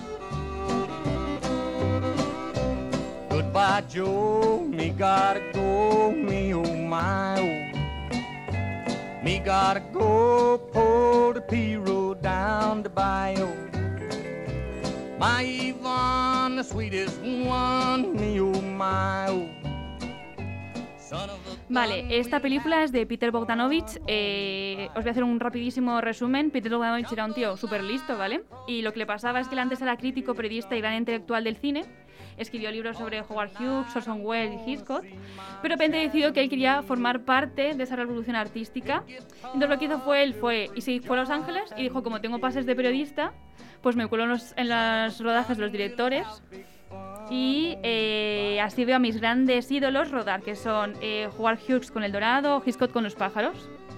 Goodbye, Joe. Me gotta go. Me oh my oh. Me gotta go. Pull the P-road down the bayou. My Yvonne, the sweetest one. Me oh my oh. Son of a Vale, esta película es de Peter Bogdanovich. Eh, os voy a hacer un rapidísimo resumen. Peter Bogdanovich era un tío súper listo, ¿vale? Y lo que le pasaba es que él antes era crítico, periodista y gran intelectual del cine. Escribió libros sobre Howard Hughes, Orson Welles y Hitchcock, pero de repente decidió que él quería formar parte de esa revolución artística. Entonces lo que hizo fue, él fue y se fue a Los Ángeles y dijo, como tengo pases de periodista, pues me cuelo en, los, en las rodajes de los directores y eh, así veo a mis grandes ídolos rodar, que son eh, Howard Hughes con El Dorado, Hitchcock con Los Pájaros.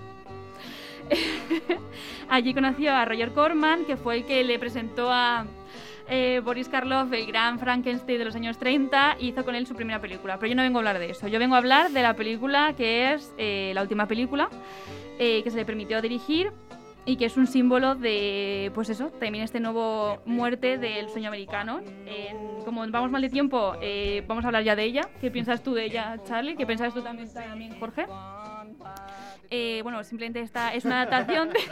Allí conoció a Roger Corman, que fue el que le presentó a eh, Boris Karloff, el gran Frankenstein de los años treinta, y hizo con él su primera película. Pero yo no vengo a hablar de eso, yo vengo a hablar de la película que es eh, la última película eh, que se le permitió dirigir y que es un símbolo de, pues eso, también este nuevo muerte del sueño americano. En, como vamos mal de tiempo, eh, vamos a hablar ya de ella. ¿Qué piensas tú de ella, Charlie? ¿Qué piensas tú también, también Jorge? Eh, bueno, simplemente esta es una adaptación de...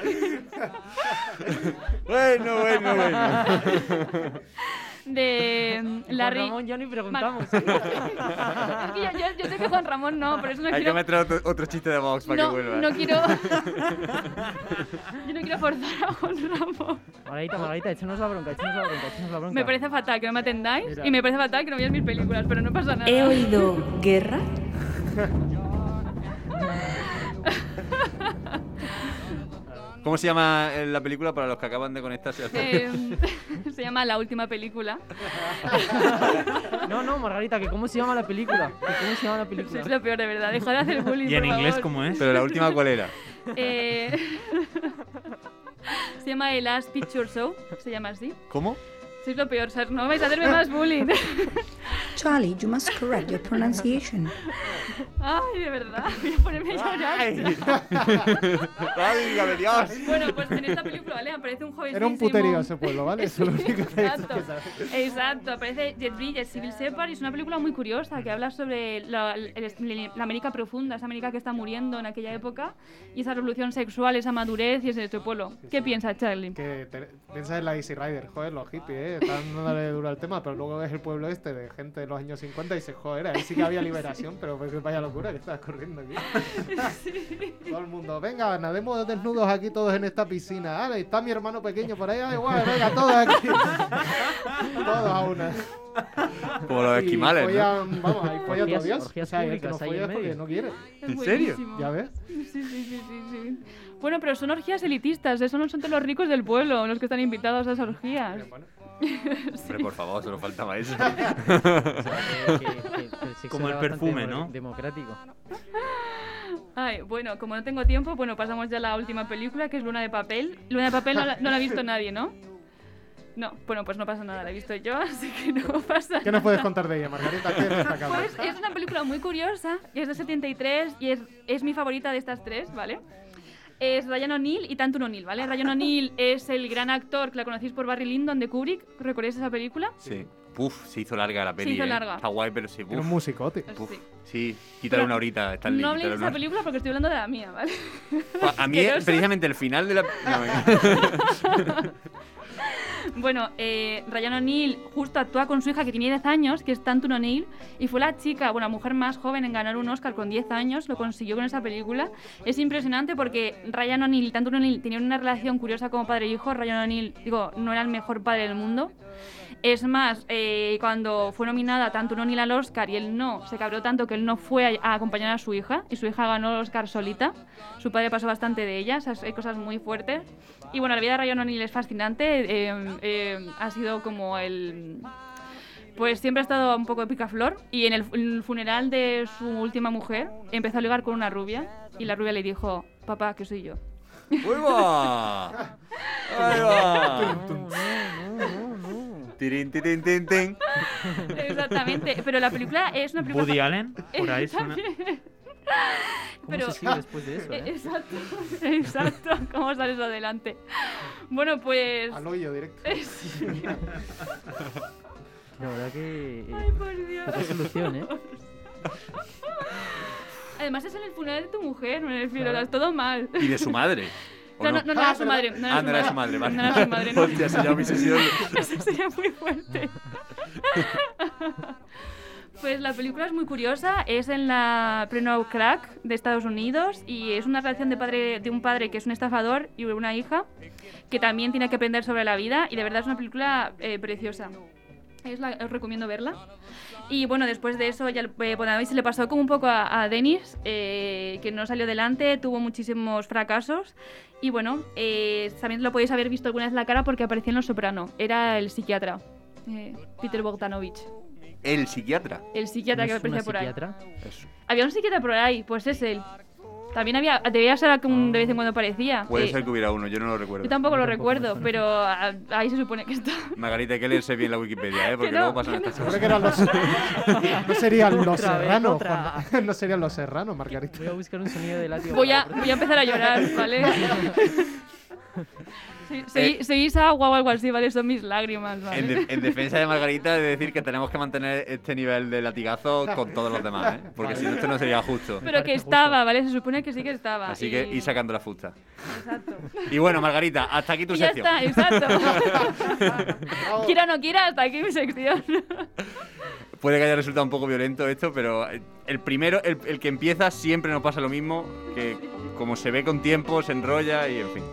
Bueno, bueno, bueno. de Larry... Juan Ramón ya ni preguntamos. Es que yo, yo, yo sé que Juan Ramón no, por eso no Hay quiero... que meter otro, otro chiste de Vox para no, que vuelva. no quiero... yo no quiero forzar a Juan Ramón. Margarita, Margarita, échanos la bronca, échanos la bronca, échanos la bronca. Me parece fatal que no me atendáis Mira. y me parece fatal que no veáis mis películas, pero no pasa nada. He oído guerra. ¿Cómo se llama eh, la película para los que acaban de conectarse al Eh, se llama La Última Película. No, no, Margarita, que cómo se llama la película. Que cómo se llama la película. Es lo peor, de verdad. Deja de hacer bullying, ¿Y en por inglés favor. cómo es? Pero la última, ¿cuál era? Eh, se llama The Last Picture Show. Se llama así. ¿Cómo? Sois lo peor, Sar. No vais a hacerme más bullying. Charlie, you must correct your pronunciation. Ay, de verdad. Voy a ponerme a llorar. ¡Ay! ¡Válgame Dios! Bueno, pues en esta película, ¿vale? Aparece un jovencísimo... Era un puterío ese pueblo, ¿vale? Eso es lo único que Exacto, que sabes. exacto. Aparece Jet Bridges, Civil Shepard, y es una película muy curiosa que habla sobre la, el- la América profunda, esa América que está muriendo en aquella época, y esa revolución sexual, esa madurez y ese este pueblo. ¿Qué piensas, Charlie? Que te- piensas en la Easy Rider, joder, los hippies, ¿eh? Están dándole duro al tema, pero luego ves el pueblo este de gente de los años cincuenta y dices, joder, ahí sí que había liberación, pero pues, vaya locura que estás corriendo aquí. Todo el mundo, venga, nademos desnudos aquí todos en esta piscina. Ah, está mi hermano pequeño por ahí, ah, igual, venga, todos aquí. Todos a una. Como los Y esquimales, ¿no? follan, vamos, ahí folla todo Orgías- Dios. orgías O sea, el que no públicas ahí folla en es porque medio. no quiere. Es ¿En serio? buenísimo. ¿Ya ves? Sí, sí, sí, sí, sí. Bueno, pero son orgías elitistas, eso no son todos los ricos del pueblo los que están invitados a esas orgías. Pero bueno, Hombre, por favor, solo faltaba eso. Que- que- que el sexo Como era el bastante perfume, demo- ¿no? Democrático. Ay, bueno, como no tengo tiempo, bueno, pasamos ya a la última película, que es Luna de Papel. Luna de Papel no la, no la ha visto nadie, ¿no? No, bueno, pues no pasa nada, la he visto yo, así que no pasa nada. ¿Qué nos puedes contar de ella, Margarita? ¿Qué es destacable? Pues es una película muy curiosa, es de setenta y tres y es, es mi favorita de estas tres, ¿vale? Es Ryan O'Neal y Tatum O'Neal, ¿vale? Ryan O'Neal es el gran actor que la conocéis por Barry Lyndon de Kubrick. ¿Recordáis esa película? Sí. Puf, se hizo larga la peli. Se hizo ¿eh? larga. Está guay, pero sí. Era un Puf. musicote. Puf. Sí. Sí, quítale Pero una horita. Stanley, No habléis de quítale esa una- película porque estoy hablando de la mía, ¿vale? A mí, Asqueroso. precisamente el final de la. No, venga. Bueno, eh, Ryan O'Neal justo actúa con su hija que tiene diez años, que es Tatum O'Neal, y fue la chica, bueno, la mujer más joven en ganar un Oscar con diez años, lo consiguió con esa película. Es impresionante porque Ryan O'Neal y Tatum O'Neal tenían una relación curiosa como padre e hijo. Ryan O'Neal, digo, no era el mejor padre del mundo. Es más, eh, cuando fue nominada Tatum O'Neal al Oscar y él no, se cabreó tanto que él no fue a, a acompañar a su hija, y su hija ganó el Oscar solita. Su padre pasó bastante de ella, o sea, hay cosas muy fuertes. Y bueno, la vida de Ryan O'Neal es fascinante, eh, eh, ha sido como el... Pues siempre ha estado un poco de picaflor, y en el, en el funeral de su última mujer empezó a ligar con una rubia, y la rubia le dijo, papá, que soy yo. ¡Uy, va! ¡Ahí va! Tirín, tirín, tin, tin. Exactamente, pero la película es una película... Woody Allen, por ahí suena. También. ¿Cómo Pero- se sigue después de eso, Eh, eh? Exacto, exacto. ¿Cómo sales adelante? Bueno, pues... Al hoyo directo. Sí. La verdad que... eh, Ay, por Dios. poca solución, ¿eh? Además es en el funeral de tu mujer, me refiero, Claro. es todo mal. Y de su madre. ¿o No, no, no, no era su madre. No era Ah, su no era madre. su madre, vale. No era su madre, no. Hostia, se llama mi sesión. Eso sería muy fuerte. Pues la película es muy curiosa, es en la pleno crack de Estados Unidos y es una relación de padre de un padre que es un estafador y una hija que también tiene que aprender sobre la vida, y de verdad es una película eh, preciosa. Es la- os recomiendo verla. Y bueno, después de eso, ya eh, bueno, a mí se le pasó como un poco a, a Dennis, eh, que no salió adelante, tuvo muchísimos fracasos. Y bueno, eh, también lo podéis haber visto alguna vez la cara porque aparecía en Los Soprano. Era el psiquiatra, eh, Peter Bogdanovich. El psiquiatra. El psiquiatra ¿No que es una aparecía por ahí. psiquiatra? Eso. Había un psiquiatra por ahí, pues es él. También había, debía ser que un- de vez en cuando aparecía. Puede Eh, ser que hubiera uno, yo no lo recuerdo. Yo tampoco lo Yo tampoco me recuerdo, suena. pero ah, ahí se supone que está. Margarita, hay que leerse bien la Wikipedia, ¿eh? Porque Que no, luego pasan que estas no. cosas. Creo que eran los... No serían los Otra vez, serranos, otra. Juan. No serían los serranos, Margarita. Voy a buscar un sonido de látigo. Voy a, para- voy a empezar a llorar, ¿vale? Sí, seguí- Seguís agua o algo así, ¿vale? Son mis lágrimas, ¿vale? En, de- en defensa de Margarita, he de decir que tenemos que mantener este nivel de latigazo con todos los demás, ¿eh? Porque si no, esto no sería justo. Pero que estaba, ¿vale? Se supone que sí que estaba. Así y- que ir sacando la fusta. Exacto. Y bueno, Margarita, hasta aquí tu Y ya sección. está, exacto. Quiera o no quiera, hasta aquí mi sección. Puede que haya resultado un poco violento esto, pero el primero, el, el que empieza, siempre nos pasa lo mismo, que como se ve con tiempo, se enrolla y en fin.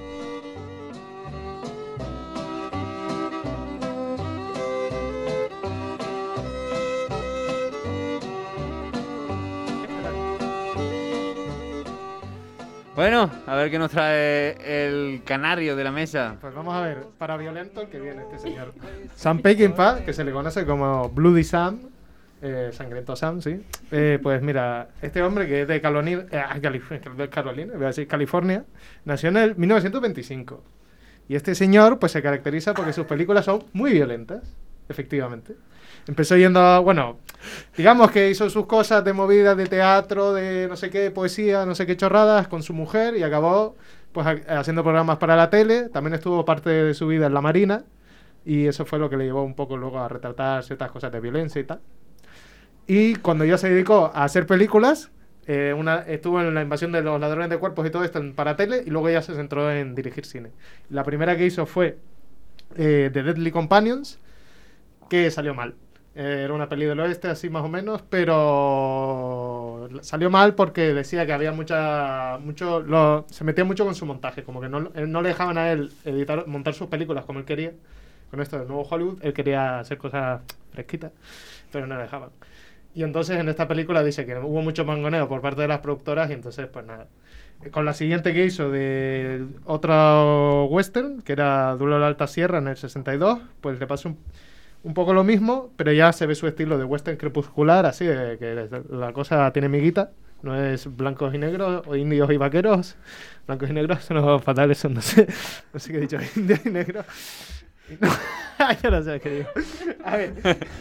Bueno, a ver qué nos trae el canario de la mesa. Pues vamos a ver, para violento el que viene este señor. Sam Peckinpah, que se le conoce como Bloody Sam, eh, Sangriento Sam, sí. Eh, pues mira, este hombre que es de Carolina, eh, Calif- de Carolina, voy a decir California, nació en el mil novecientos veinticinco. Y este señor pues se caracteriza porque sus películas son muy violentas, efectivamente. Empezó yendo a, bueno, digamos que hizo sus cosas de movidas de teatro, de no sé qué, poesía, no sé qué chorradas con su mujer y acabó pues ha- haciendo programas para la tele. También estuvo parte de su vida en la Marina y eso fue lo que le llevó un poco luego a retratar ciertas cosas de violencia y tal. Y cuando ya se dedicó a hacer películas, eh, una, estuvo en La invasión de los ladrones de cuerpos y todo esto en, para tele y luego ya se centró en dirigir cine. La primera que hizo fue eh, The Deadly Companions, que salió mal. Eh, era una peli del oeste así más o menos, pero salió mal porque decía que había mucha mucho lo, se metía mucho con su montaje, como que no, eh, no le dejaban a él editar montar sus películas como él quería. Con esto del nuevo Hollywood, él quería hacer cosas fresquitas, pero no le dejaban. Y entonces en esta película dice que hubo mucho mangoneo por parte de las productoras y entonces pues nada. Con la siguiente que hizo de otro western, que era Duelo de la Alta Sierra en el sesenta y dos, pues le pasó un Un poco lo mismo, pero ya se ve su estilo de western crepuscular, así, de que la cosa tiene miguita, No es blancos y negros o indios y vaqueros. Blancos y negros son los fatales, son, no sé, no sé qué he dicho, indios y negros. No, yo no sé qué digo. A ver.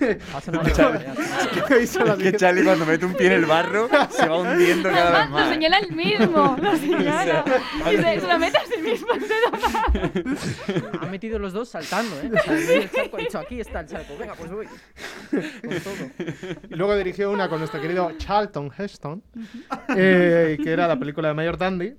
Es que Charlie cuando mete un pie en el barro se va hundiendo cada vez Lo más. señala él mismo, lo señala. Y se, se lo mete a sí mismo. Han metido los dos saltando, ¿eh? O sea, el charco ha dicho, aquí está el charco, venga, pues voy. Con todo. Y luego dirigió una con nuestro querido Charlton Heston, eh, que era la película de Mayor Dandy.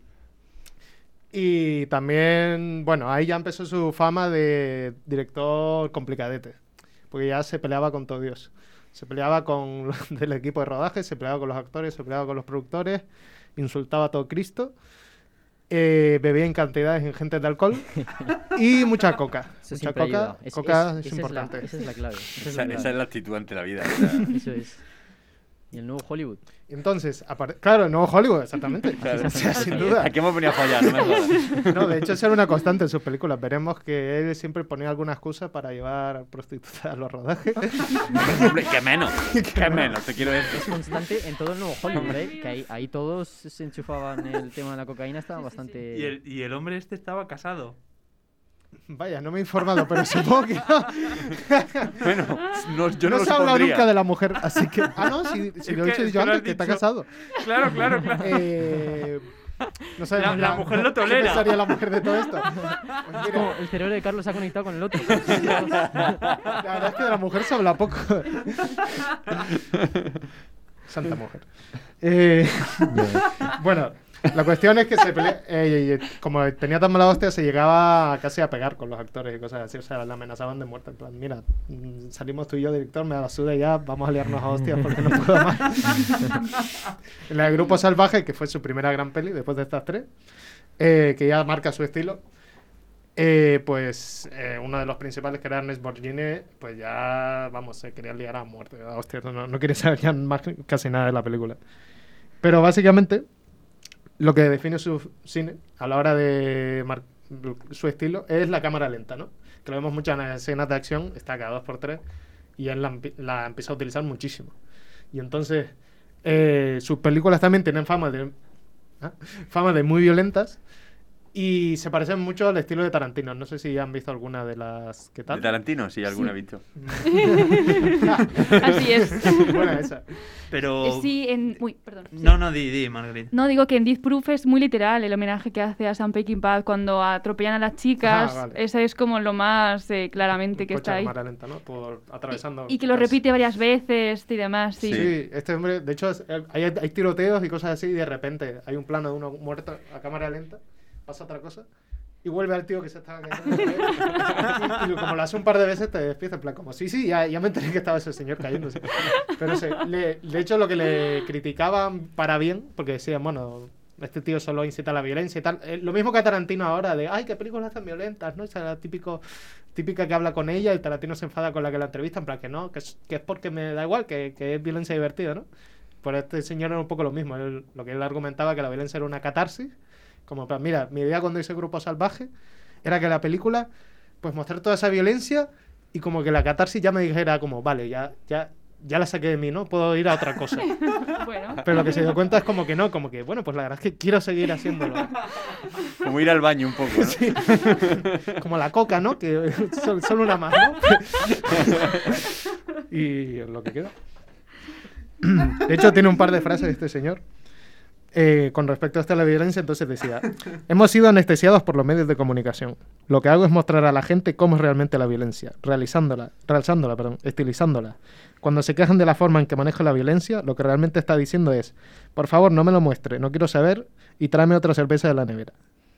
Y también, bueno, ahí ya empezó su fama de director complicadete, porque ya se peleaba con todo Dios. Se peleaba con los del equipo de rodaje, se peleaba con los actores, se peleaba con los productores, insultaba a todo Cristo, eh, bebía en cantidades ingentes de alcohol y mucha coca. Eso mucha siempre coca, ayuda. Es- coca es- es, esa es la- importante. esa es la clave. Esa es Esa, la clave. esa es la actitud ante la vida. o sea. Eso es. Y el nuevo Hollywood. Entonces, apar- claro, el nuevo Hollywood, exactamente. Claro. O sea, sin duda. Aquí hemos venido a fallar, no me jodas. No, de hecho, eso era una constante en sus películas. Veremos que él siempre ponía alguna excusa para llevar prostitutas a los rodajes. Hombre, ¿qué menos? ¿Qué menos? Te quiero decir. Es constante en todo el nuevo Hollywood, ¿eh? Que ahí, ahí todos se enchufaban el tema de la cocaína, estaban bastante... Y el, y el hombre este estaba casado. Vaya, no me he informado, pero supongo que no. Bueno, no, yo no, no lo se ha hablado supondría. nunca de la mujer, así que... Ah, no, si, si Es lo he que- dicho es yo que lo antes, has que está dicho. casado. Claro, claro, claro. Eh, no sabemos La- la ya mujer lo ¿Qué tolera. pensaría la mujer de todo esto? Pues Es mira, como el cerebro de Carlos se ha conectado con el otro. la verdad es que de la mujer se habla poco. Santa mujer. Eh, bueno, la cuestión es que se pelea, eh, eh, como tenía tan mala hostia, se llegaba casi a pegar con los actores y cosas así. O sea, la amenazaban de muerte. En plan, mira, mm, salimos tú y yo, director, me da la suda y ya, vamos a liarnos a hostias porque no puedo más. En la de Grupo Salvaje, que fue su primera gran peli después de estas tres, eh, que ya marca su estilo. Eh, pues eh, uno de los principales, que era Ernest Borgnine, pues ya, vamos, se quería liar a muerte. ¿verdad? Hostia, no, no quiere saber ya más, casi nada de la película. Pero básicamente, lo que define su cine a la hora de mar- su estilo es la cámara lenta, ¿no? Que lo vemos mucho en las escenas de acción, está cada dos por tres, y él la, empi- la empieza a utilizar muchísimo. Y entonces, eh, sus películas también tienen fama de, ¿ah? fama de muy violentas. Y se parecen mucho al estilo de Tarantino. No sé si han visto alguna de las... ¿Qué tal? ¿De Tarantino? Sí, alguna he visto. Así es. Buena esa. Pero... Eh, Sí, en... Uy, perdón. sí. No, no, di, di, Margaret. No, digo que en Death Proof es muy literal el homenaje que hace a Sam Peckinpah cuando atropellan a las chicas. Ah, vale. Ese es como lo más eh, claramente que Coche está de ahí. cámara lenta, ¿no? Por atravesando... Y que lo casas. repite varias veces y demás, sí. Sí. este hombre... De hecho, es- hay, hay tiroteos y cosas así y de repente hay un plano de uno muerto a cámara lenta, pasa otra cosa y vuelve al tío que se estaba cayendo. y, y como lo hace un par de veces te despierta en plan como, sí, sí, ya, ya me enteré que estaba ese señor cayéndose. Pero sí, le- de hecho lo que le criticaban para bien, porque decían, bueno, este tío solo incita a la violencia y tal. Eh, lo mismo que a Tarantino ahora, de, ay, qué películas tan violentas, ¿no? Esa es la típico, típica que habla con ella y Tarantino se enfada con la que la entrevista, en plan que no, que es, que es porque me da igual, que, que es violencia divertida, ¿no? Por este señor era un poco lo mismo. Él- lo que él argumentaba que la violencia era una catarsis. Como, en plan, mira, mi idea cuando hice Grupo Salvaje era que la película, pues mostrar toda esa violencia y como que la catarsis ya me dijera como, vale, ya, ya, ya la saqué de mí, ¿no? Puedo ir a otra cosa. Bueno. Pero lo que se dio cuenta es como que no, como que, bueno, pues la verdad es que quiero seguir haciéndolo. Como ir al baño un poco, ¿no? Sí. Como la coca, ¿no? Que son, son una más, ¿no? Y lo que queda. De hecho, tiene un par de frases este señor. Eh, con respecto a esta la violencia, entonces decía: hemos sido anestesiados por los medios de comunicación. Lo que hago es mostrar a la gente cómo es realmente la violencia, realizándola, realzándola, perdón, estilizándola. Cuando se quejan de la forma en que manejo la violencia, lo que realmente está diciendo es: por favor, no me lo muestre, no quiero saber y tráeme otra cerveza de la nevera.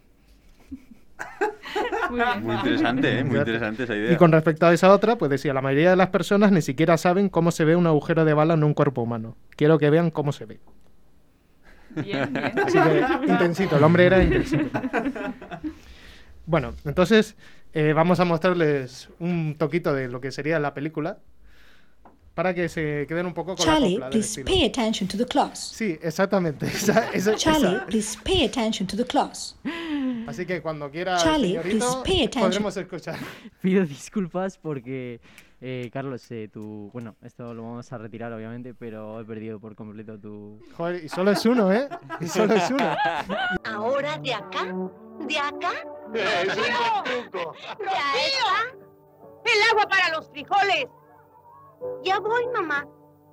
Muy bien. Muy interesante, ¿eh? Muy interesante esa idea. Y con respecto a esa otra, pues decía: la mayoría de las personas ni siquiera saben cómo se ve un agujero de bala en un cuerpo humano. Quiero que vean cómo se ve. Bien, bien. Así que intensito, el hombre era intensito. Bueno, entonces eh, vamos a mostrarles un toquito de lo que sería la película para que se queden un poco con Charlie, la copla del please estilo. pay attention to the class. Sí, exactamente. Esa, esa- Charlie, esa. please pay attention to the class. Así que cuando quiera, Charlie, señorito, please pay attention. podremos escuchar. Pido disculpas porque Eh, Carlos, eh, tu... Bueno, esto lo vamos a retirar, obviamente, pero he perdido por completo tu... Joder, y solo es uno, ¿eh? Y solo es uno. Ahora de acá, de acá. Es un buen truco. ¡Rocío! ¡El agua para los frijoles! Ya voy, mamá.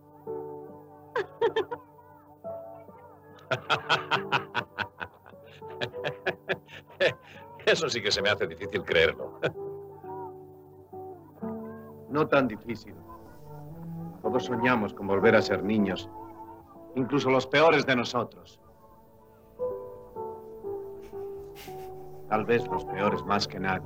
Eso sí que se me hace difícil creerlo. No tan difícil. Todos soñamos con volver a ser niños, incluso los peores de nosotros. Tal vez los peores más que nadie.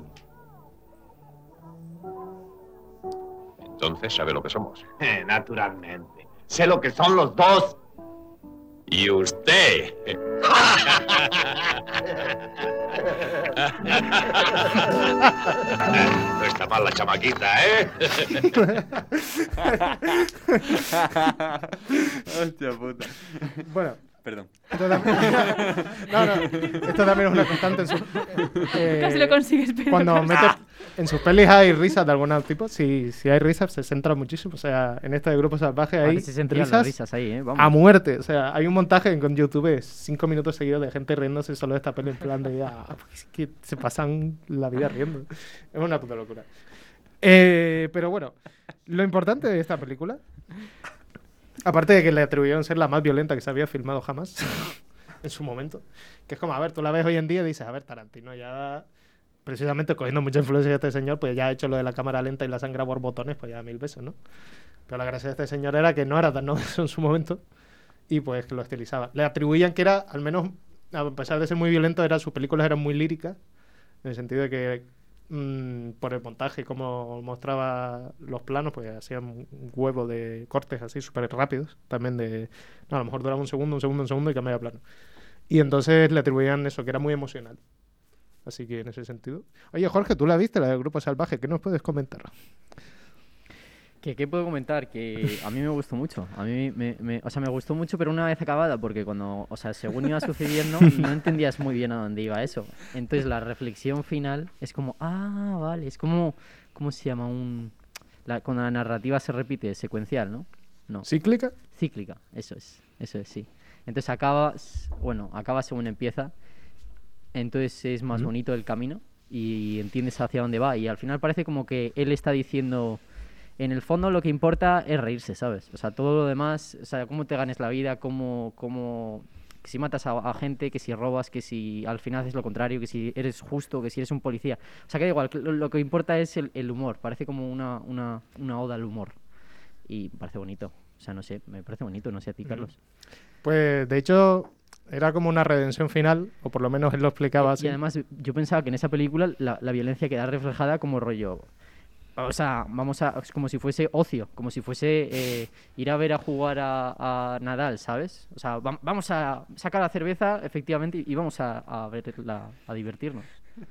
Entonces sabe lo que somos. Eh, naturalmente. Sé lo que son los dos. Y usted. No está mal la chamaquita, ¿eh? Hostia puta. Bueno. Perdón. Esto también... no, no. Esto también es una constante en su... Eh, Casi lo consigues, pero... Cuando metes... En sus pelis hay risas de algún tipo. Si, si hay risas, se centra muchísimo. O sea, en este de Grupo Salvaje hay se centran risas, las risas ahí, ¿eh? Vamos. a muerte. O sea, hay un montaje en YouTube, cinco minutos seguidos de gente riéndose solo de esta peli en plan de... Ah, pues es que se pasan la vida riendo. Es una puta locura. Eh, pero bueno, lo importante de esta película... Aparte de que le atribuyeron ser la más violenta que se había filmado jamás en su momento. Que es como, a ver, tú la ves hoy en día y dices, a ver, Tarantino ya... Precisamente cogiendo mucha influencia de este señor, pues ya ha hecho lo de la cámara lenta y la sangre a borbotones, pues ya mil besos, ¿no? Pero la gracia de este señor era que no era tan novedoso en su momento y pues que lo estilizaba. Le atribuían que era, al menos, a pesar de ser muy violento, era, sus películas eran muy líricas, en el sentido de que mmm, por el montaje y cómo mostraba los planos, pues hacían un huevo de cortes así súper rápidos, también de... No, a lo mejor duraba un segundo, un segundo, un segundo y cambiaba de plano. Y entonces le atribuían eso, que era muy emocional. Así que en ese sentido... Oye, Jorge, tú la viste, la del Grupo Salvaje, ¿qué nos puedes comentar? ¿Qué, ¿Qué puedo comentar? Que a mí me gustó mucho. A mí me, me, o sea, me gustó mucho, pero una vez acabada, porque cuando, o sea, según iba sucediendo, no entendías muy bien a dónde iba eso. Entonces la reflexión final es como, ah, vale, es como, ¿cómo se llama? Un, la, cuando la narrativa se repite, secuencial, ¿no? No. ¿Cíclica? Cíclica, eso es, eso es, sí. Entonces acaba, bueno, acaba según empieza. Entonces es más bonito el camino y entiendes hacia dónde va. Y al final parece como que él está diciendo, en el fondo lo que importa es reírse, ¿sabes? O sea, todo lo demás, o sea, cómo te ganes la vida, cómo, cómo que si matas a, a gente, que si robas, que si al final haces lo contrario, que si eres justo, que si eres un policía. O sea, que da igual, lo, lo que importa es el, el humor. Parece como una, una, una oda al humor. Y me parece bonito. O sea, no sé, me parece bonito, no sé a ti, Carlos. Pues, de hecho... Era como una redención final, o por lo menos él lo explicaba así. Y además yo pensaba que en esa película la, la violencia queda reflejada como rollo... O sea, vamos a... como si fuese ocio, como si fuese eh, ir a ver a jugar a, a Nadal, ¿sabes? O sea, va, vamos a sacar la cerveza, efectivamente, y vamos a, a verla, a divertirnos.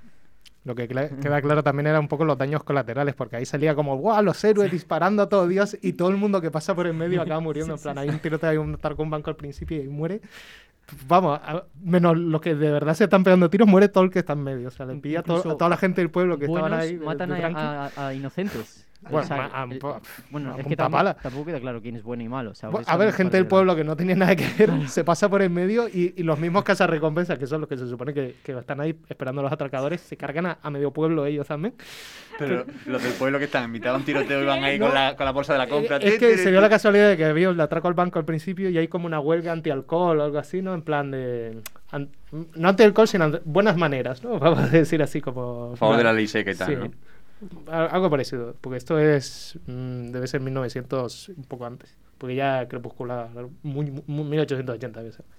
Lo que queda claro también era un poco los daños colaterales, porque ahí salía como, ¡guau! Los héroes disparando a todo Dios y todo el mundo que pasa por el medio acaba muriendo. Sí, en plan, sí, hay un tiroteo, hay un estar con un banco al principio y muere. Vamos, a, menos los que de verdad se están pegando tiros, muere todo el que está en medio. O sea, le pilla a, to a toda la gente del pueblo que estaban ahí. Matan de, de a, a, a inocentes. Bueno, o sea, a, a, el, a, bueno a es que tampoco, tampoco queda claro quién es bueno y malo. O sea, bueno, a ver, gente del pueblo que no tiene nada que ver, se pasa por el medio y, y los mismos cazarrecompensas, que son los que se supone que, que están ahí esperando a los atracadores, se cargan a, a medio pueblo ellos también. Pero, Pero los del pueblo que están invitados a un tiroteo y van ahí no, con, la, con la bolsa de la compra. Es que se dio la casualidad de que había el atraco al banco al principio y hay como una huelga anti-alcohol o algo así, ¿no? En plan de... An, no anti-alcohol, sino buenas maneras, ¿no? Vamos a decir así como... A favor de la ley seca y tal, sí. ¿no? Algo parecido, porque esto es mmm, debe ser mil novecientos, un poco antes, porque ya Crepúsculo, muy, muy, mil ochocientos ochenta debe ser.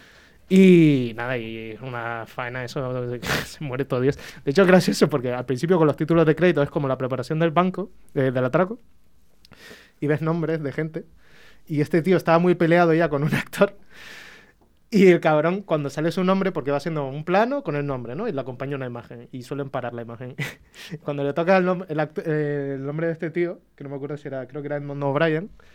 Y nada, y es una faena eso, de que se muere todo Dios. De hecho es gracioso porque al principio con los títulos de crédito es como la preparación del banco, eh, del atraco, y ves nombres de gente, y este tío estaba muy peleado ya con un actor. Y el cabrón, cuando sale su nombre, porque va haciendo un plano con el nombre, ¿no? Y le acompaña una imagen. Y suelen parar la imagen. Cuando le toca el, nom el, eh, el nombre de este tío, que no me acuerdo si era, creo que era Edmond O'Brien,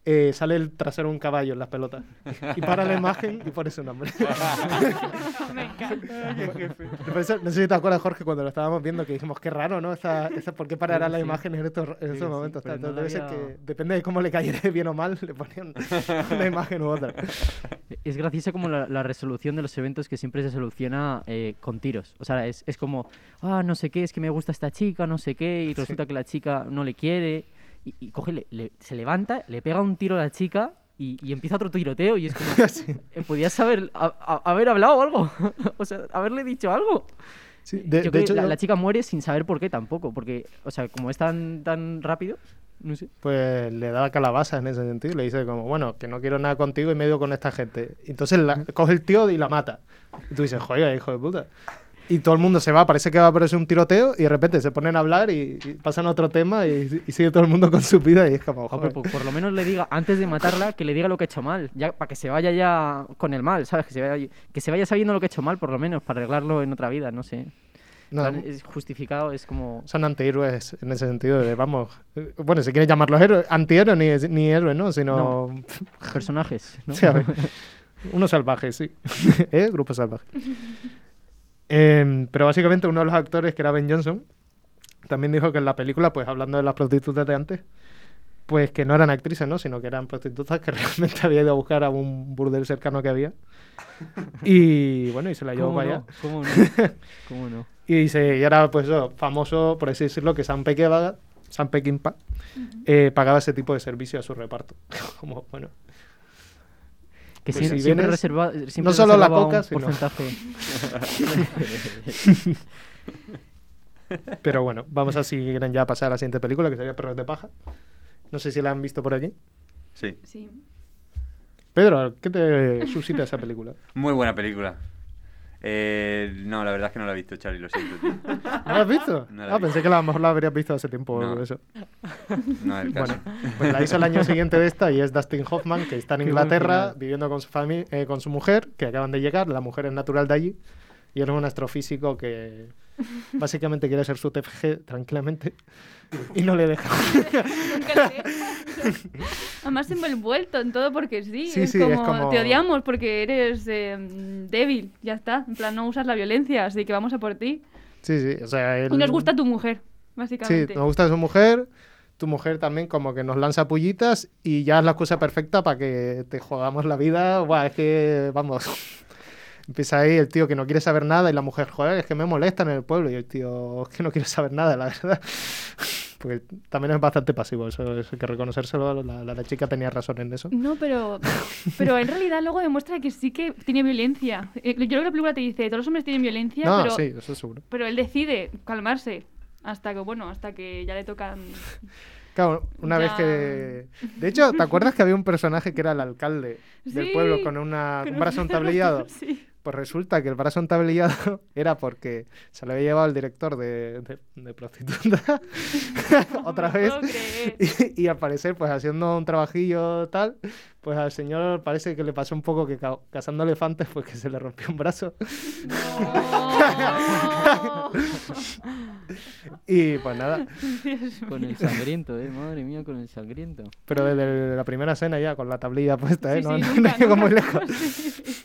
eh, sale el trasero de un caballo en las pelotas. Y para la imagen y pone su nombre. Me encanta. Por eso, no sé si te acuerdas, Jorge, cuando lo estábamos viendo, que dijimos, qué raro, ¿no? Esa, esa, ¿por qué parará Sí, la sí. imagen en estos, en Sí, estos sí, momentos? pero Tal? no Debe la ser había- que, depende de cómo le cayera bien o mal, le ponían una imagen u otra. Es graciosa como la, la resolución de los eventos que siempre se soluciona eh, con tiros. O sea, es, es como, ah, no sé qué, es que me gusta esta chica, no sé qué, y resulta que la chica no le quiere. Y, y coge, le- le- se levanta, le pega un tiro a la chica y, y empieza otro tiroteo. Y es como, eh, podías haber, a- a- haber hablado o algo. O sea, haberle dicho algo. Sí, de- Yo de creo que hecho, la, yo- la chica muere sin saber por qué tampoco. Porque, o sea, como es tan, tan rápido, no sé. Pues le da calabaza en ese sentido. Le dice como, bueno, que no quiero nada contigo y medio con esta gente. Entonces la, coge el tío y la mata. Y tú dices, joder, hijo de puta. Y todo el mundo se va, parece que va a aparecer un tiroteo y de repente se ponen a hablar y, y pasan a otro tema y, y sigue todo el mundo con su vida y es como, Hombre, joder. por, por lo menos le diga, antes de matarla, que le diga lo que ha hecho mal, ya para que se vaya ya con el mal, ¿sabes? Que se vaya, que se vaya sabiendo lo que ha hecho mal, por lo menos, para arreglarlo en otra vida, no sé. No, En plan, es justificado, es como... son antihéroes en ese sentido de, vamos, eh, bueno, si quieres llamarlos héroes, antihéroes ni, ni héroes, ¿no? Sino... No, personajes, ¿no? Sí, a ver, unos salvajes, sí. ¿Eh? Grupo salvaje. Eh, pero básicamente uno de los actores, que era Ben Johnson, también dijo que en la película, pues hablando de las prostitutas de antes, pues que no eran actrices, ¿no? Sino que eran prostitutas que realmente había ido a buscar a un burdel cercano que había. Y bueno, y se la llevó ¿Cómo para no? allá. ¿Cómo no? ¿Cómo no? Y dice, y era pues eso, famoso, por así decirlo, que Sam Peckinpah, Sam Peckinpah eh, pagaba ese tipo de servicio a su reparto. Como, bueno. Que pues sie- si siempre vienes- reserva- siempre no solo la reservaba un coca, sino... porcentaje. Pero bueno, vamos a si quieren ya pasar a la siguiente película, que sería Perros de Paja. No sé si la han visto por aquí. Sí. Sí. Pedro, ¿qué te suscita esa película? Muy buena película. Eh, no, la verdad es que no la he visto, Charlie, lo siento, tío. ¿No la has visto? No la he Ah, pensé que a lo mejor la habrías visto hace tiempo o No. eso. No es el caso. Bueno, pues la hizo el año siguiente de esta y es Dustin Hoffman, que está en Qué buen Inglaterra final. viviendo con su familia, eh, con su mujer, que acaban de llegar. La mujer es natural de allí y él es un astrofísico que básicamente quiere ser su T F G tranquilamente y no le deja. Nunca le deja. Además envuelto en todo porque sí. Sí, es, sí, como, es como- te odiamos porque eres eh, débil, ya está. En plan, no usas la violencia, así que vamos a por ti. Sí, sí, o sea, él... Y nos gusta tu mujer, Sí, básicamente. nos gusta su mujer. Tu mujer también como que nos lanza pullitas y ya es la excusa perfecta para que te jodamos la vida. Buah, es que, vamos, empieza ahí el tío que no quiere saber nada y la mujer, joder, es que me molestan en el pueblo. Y el tío, es que no quiere saber nada, la verdad. Porque también es bastante pasivo, eso, eso hay que reconocérselo. La, la, la chica tenía razón en eso. No, pero, pero en realidad luego demuestra que sí que tiene violencia. Eh, Yo creo que la película te dice, todos los hombres tienen violencia, No, pero, sí, eso seguro. pero él decide calmarse hasta que, bueno, hasta que ya le tocan... Claro, una Ya. vez que... De hecho, ¿te acuerdas que había un personaje que era el alcalde del Sí, pueblo con una, con un brazo un- entablillado? Sí. Pues resulta que el brazo entablillado era porque se lo había llevado el director de, de, de prostituta otra me vez. puedo creer. Y, y al parecer, pues haciendo un trabajillo tal, pues al señor parece que le pasó un poco que ca- cazando elefantes, pues que se le rompió un brazo. Y pues nada. Dios Con el mío. sangriento, eh, madre mía, con el sangriento. Pero desde la primera escena ya, con la tablilla puesta, ¿eh? Sí, no, sí, no, nunca, no llegó muy nunca. lejos. Sí.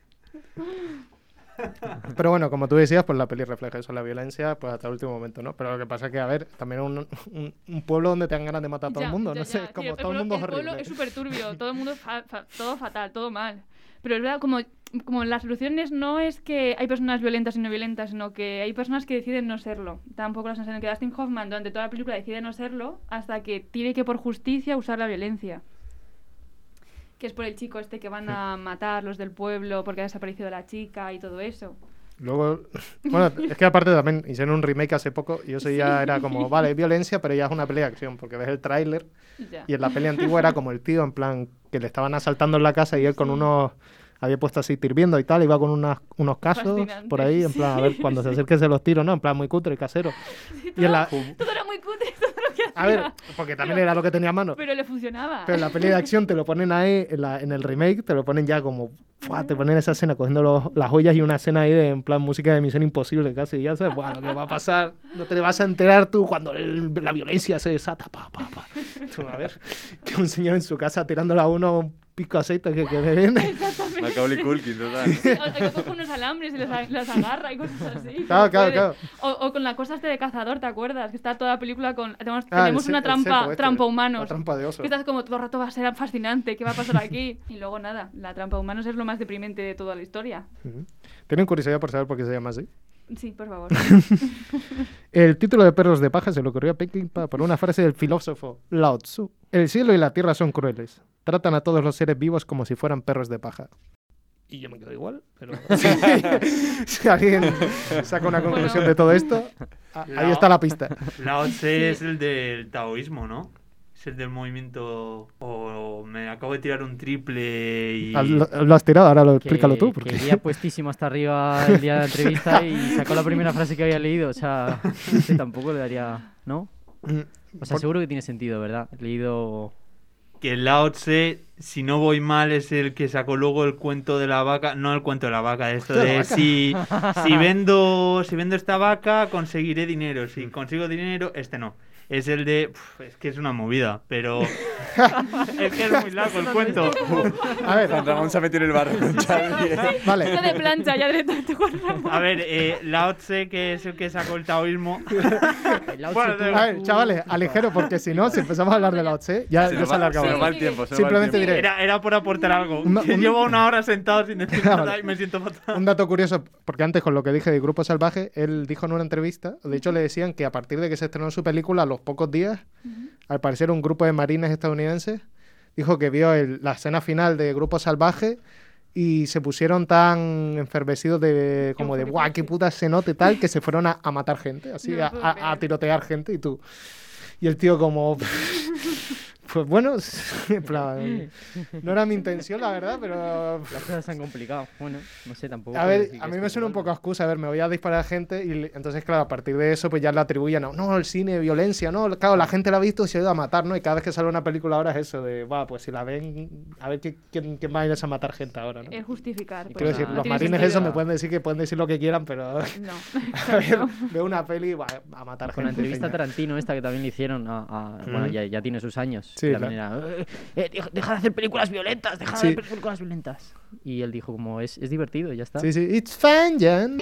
Pero bueno, como tú decías, pues la peli refleja eso, la violencia, pues hasta el último momento, ¿no? Pero lo que pasa es que, a ver, también es un, un, un pueblo donde te dan ganas de matar a todo Ya, el mundo, ya, no sé, ya. es como Sí, el todo el pueblo- mundo es el pueblo horrible. es súper turbio, todo el mundo fa- fa- todo fatal, todo mal. Pero es verdad, como, como las soluciones no es que hay personas violentas y no violentas, sino que hay personas que deciden no serlo. Tampoco la sensación que Dustin Hoffman durante toda la película decide no serlo hasta que tiene que por justicia usar la violencia. Que es por el chico este que van a matar los del pueblo porque ha desaparecido la chica y todo eso. Luego, bueno, es que aparte también hicieron un remake hace poco y eso ya Sí. era como, vale, es violencia, pero ya es una peli de acción, porque ves el tráiler Ya. y en la peli antigua era como el tío, en plan, que le estaban asaltando en la casa y él con unos, había puesto así tirbiendo y tal, iba con unas, unos casos Fascinante, por ahí, en plan, a ver, sí, cuando se sí. acerquen se los tiros, ¿no? En plan, muy cutre, casero. Sí, Y en todo, la... todo era muy cutre, todo lo que A ver, porque también era lo que tenía a mano. Pero le funcionaba. Pero en la peli de acción te lo ponen ahí, en, la, en el remake, te lo ponen ya como... ¡fua! Te ponen esa escena cogiendo los, las joyas y una escena ahí de, en plan, música de Misión Imposible casi. Y ya sabes, bueno, lo que va a pasar, no te vas a enterar tú cuando el, la violencia se desata. Pa, pa, pa. Tú, a ver, que un señor en su casa tirándole a uno un pico de aceite que, que me viene. Exactamente. Macaulay Culkin, total. Sí, o, o que coge unos alambres y los, los agarra y cosas así. Claro, claro, claro. O, o con la cosa este de cazador, ¿te acuerdas? Que está toda la película con... Tenemos, Ah, tenemos el una ce- el trampa, cepo este, trampa humanos. la trampa de oso. Que estás como todo el rato va a ser fascinante, ¿qué va a pasar aquí? Y luego nada, la trampa humanos es lo más deprimente de toda la historia. Ujú. ¿Tienen curiosidad por saber por qué se llama así? Sí, por favor. El título de Perros de Paja se le ocurrió a Peckinpah por una frase del filósofo Lao Tzu. El cielo y la tierra son crueles. Tratan a todos los seres vivos como si fueran perros de paja. Y yo me quedo igual, pero si, si alguien saca una conclusión Bueno. de todo esto, a- ahí está la pista. Lao Tse es el del taoísmo, ¿no? Es el del movimiento... O me acabo de tirar un triple y... Ah, Lo, lo has tirado, ahora lo, Que- explícalo tú. Que Porque... iría puestísimo hasta arriba el día de la entrevista y sacó la primera frase que había leído. O sea, no sé, tampoco le daría... ¿No? O sea, Por- seguro que tiene sentido, ¿verdad? He leído... Que Lao Tse, si no voy mal, es el que sacó luego el cuento de la vaca. No el cuento de la vaca, esto ¿De la de vaca? si, si vendo si vendo esta vaca, conseguiré dinero. Si consigo dinero, este no. Es el de... uf, es que es una movida, pero... es que es muy largo el cuento. A ver, Juan Ramón se ha metido en el barro con Charlie. Vale. Esto de plancha ya directamente con Ramón. A ver, eh, Lao Tse, que es el que sacó el taoísmo... Bueno, de- A ver, chavales, aligero, porque si no, si empezamos a hablar de Lao Tse, ya, Se ya nos se va- alargaba. se nos va el tiempo, se nos va el Simplemente tiempo. diré... Era, era por aportar algo. Un- un- Llevo una hora sentado sin decir Ah, nada vale. y me siento fatal. Un dato curioso, porque antes con lo que dije de Grupo Salvaje, él dijo en una entrevista, de hecho le decían que a partir de que se estrenó su película, a los pocos días, al parecer un grupo de marines estadounidenses dijo que vio el- la escena final de Grupo Salvaje y se pusieron tan enfervecidos de como de guau, qué puta se nota y tal, que se fueron a, a matar gente, así, No a, puedo a- creer. a tirotear gente y tú. Y el tío como... Pues bueno, en plan, no era mi intención, la verdad, pero... Las cosas se han complicado. Bueno, no sé tampoco. A puedo ver, decir a que mí esté me suena un igual. poco a excusa, a ver, me voy a disparar a gente y le- entonces, claro, a partir de eso, pues ya le atribuyen a, no, el cine, violencia, no, claro, la gente la ha visto y se ha ido a matar, ¿no? Y cada vez que sale una película ahora es eso, de, va, pues si la ven, a ver qué- quién, quién va a ir a matar gente ahora, ¿no? Es justificar. pues, Quiero decir, no los tiene marines sentido. eso me pueden decir que pueden decir lo que quieran, pero... No, a ver, veo una peli y va a matar Con la gente. entrevista a señor. Tarantino esta que también le hicieron a... a- Bueno, Ujú. ya, ya tiene sus años. Sí, y claro. también era, "Eh, eh, deja- deja de hacer películas violentas, deja Sí. de hacer películas violentas. Y él dijo como, es, es divertido, y ya está. Sí, sí, it's fun, Jan.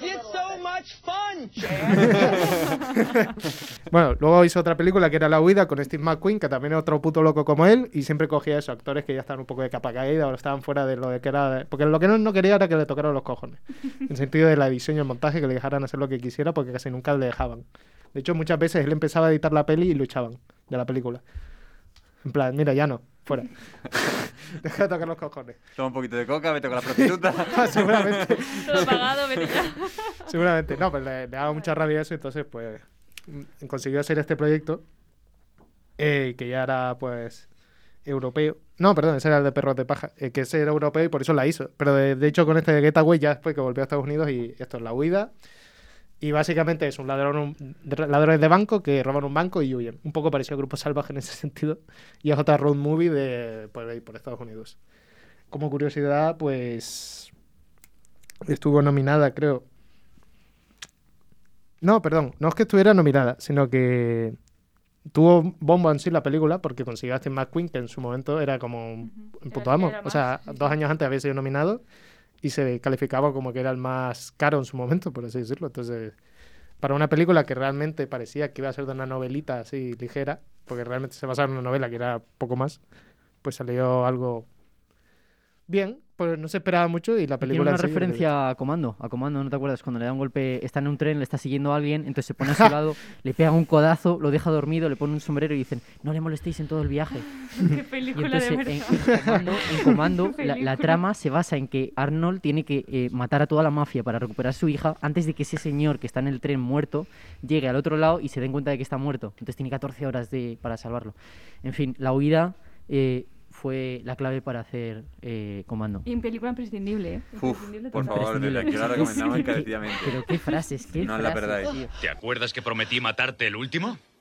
Bueno, luego hizo otra película que era La Huida con Steve McQueen, que también es otro puto loco como él, y siempre cogía esos actores que ya estaban un poco de capa caída o estaban fuera de lo de que era... Porque lo que no, no quería era que le tocaran los cojones. En el sentido de la edición y el montaje, que le dejaran hacer lo que quisiera, porque casi nunca le dejaban. De hecho, muchas veces él empezaba a editar la peli y luchaban de la película. En plan, mira, ya no, fuera. Deja de tocar los cojones. Toma un poquito de coca, vete con la prostituta. Seguramente. Todo pagado, vete ya. Seguramente, no, pero le, le daba mucha rabia eso, entonces pues mm, consiguió hacer este proyecto eh, que ya era pues europeo. No, perdón, ese era el de Perros de Paja, eh, que ese era europeo y por eso la hizo. Pero de, de hecho con este de Getaway ya después que volvió a Estados Unidos y esto es La Huida. Y básicamente es un ladrón, un- de- ladrones de banco que roban un banco y huyen. Un poco parecido a Grupo Salvaje en ese sentido. Y es otra road movie de por ahí, por Estados Unidos. Como curiosidad, pues estuvo nominada, creo. No, perdón, no es que estuviera nominada, sino que tuvo bombo en sí la película porque consiguió a Steve McQueen, que en su momento era como un un puto amo. era O sea, más, sí, dos años antes había sido nominado y se calificaba como que era el más caro en su momento, por así decirlo. Entonces, para una película que realmente parecía que iba a ser de una novelita así ligera, porque realmente se basaba en una novela que era poco más, pues salió algo bien, pues no se esperaba mucho y la Tiene película... una en sí, referencia a Comando, a Comando, ¿no te acuerdas? Cuando le da un golpe, está en un tren, le está siguiendo a alguien, entonces se pone a su lado, le pega un codazo, lo deja dormido, le pone un sombrero y dicen, no le molestéis en todo el viaje. Qué Y película de entonces verdad. en, en Comando, en Comando, Qué la, la película. trama se basa en que Arnold tiene que eh, matar a toda la mafia para recuperar a su hija antes de que ese señor que está en el tren muerto llegue al otro lado y se den cuenta de que está muerto. Entonces tiene catorce horas de, para salvarlo. En fin, la huida eh, fue la clave para hacer eh, Comando. Y en película imprescindible, ¿eh? Uf, Imprescindible por total. favor, desde aquí la recomendamos encarecidamente. Pero qué frases, qué No la frases, perdáis. tío. ¿Te acuerdas que prometí matarte el último?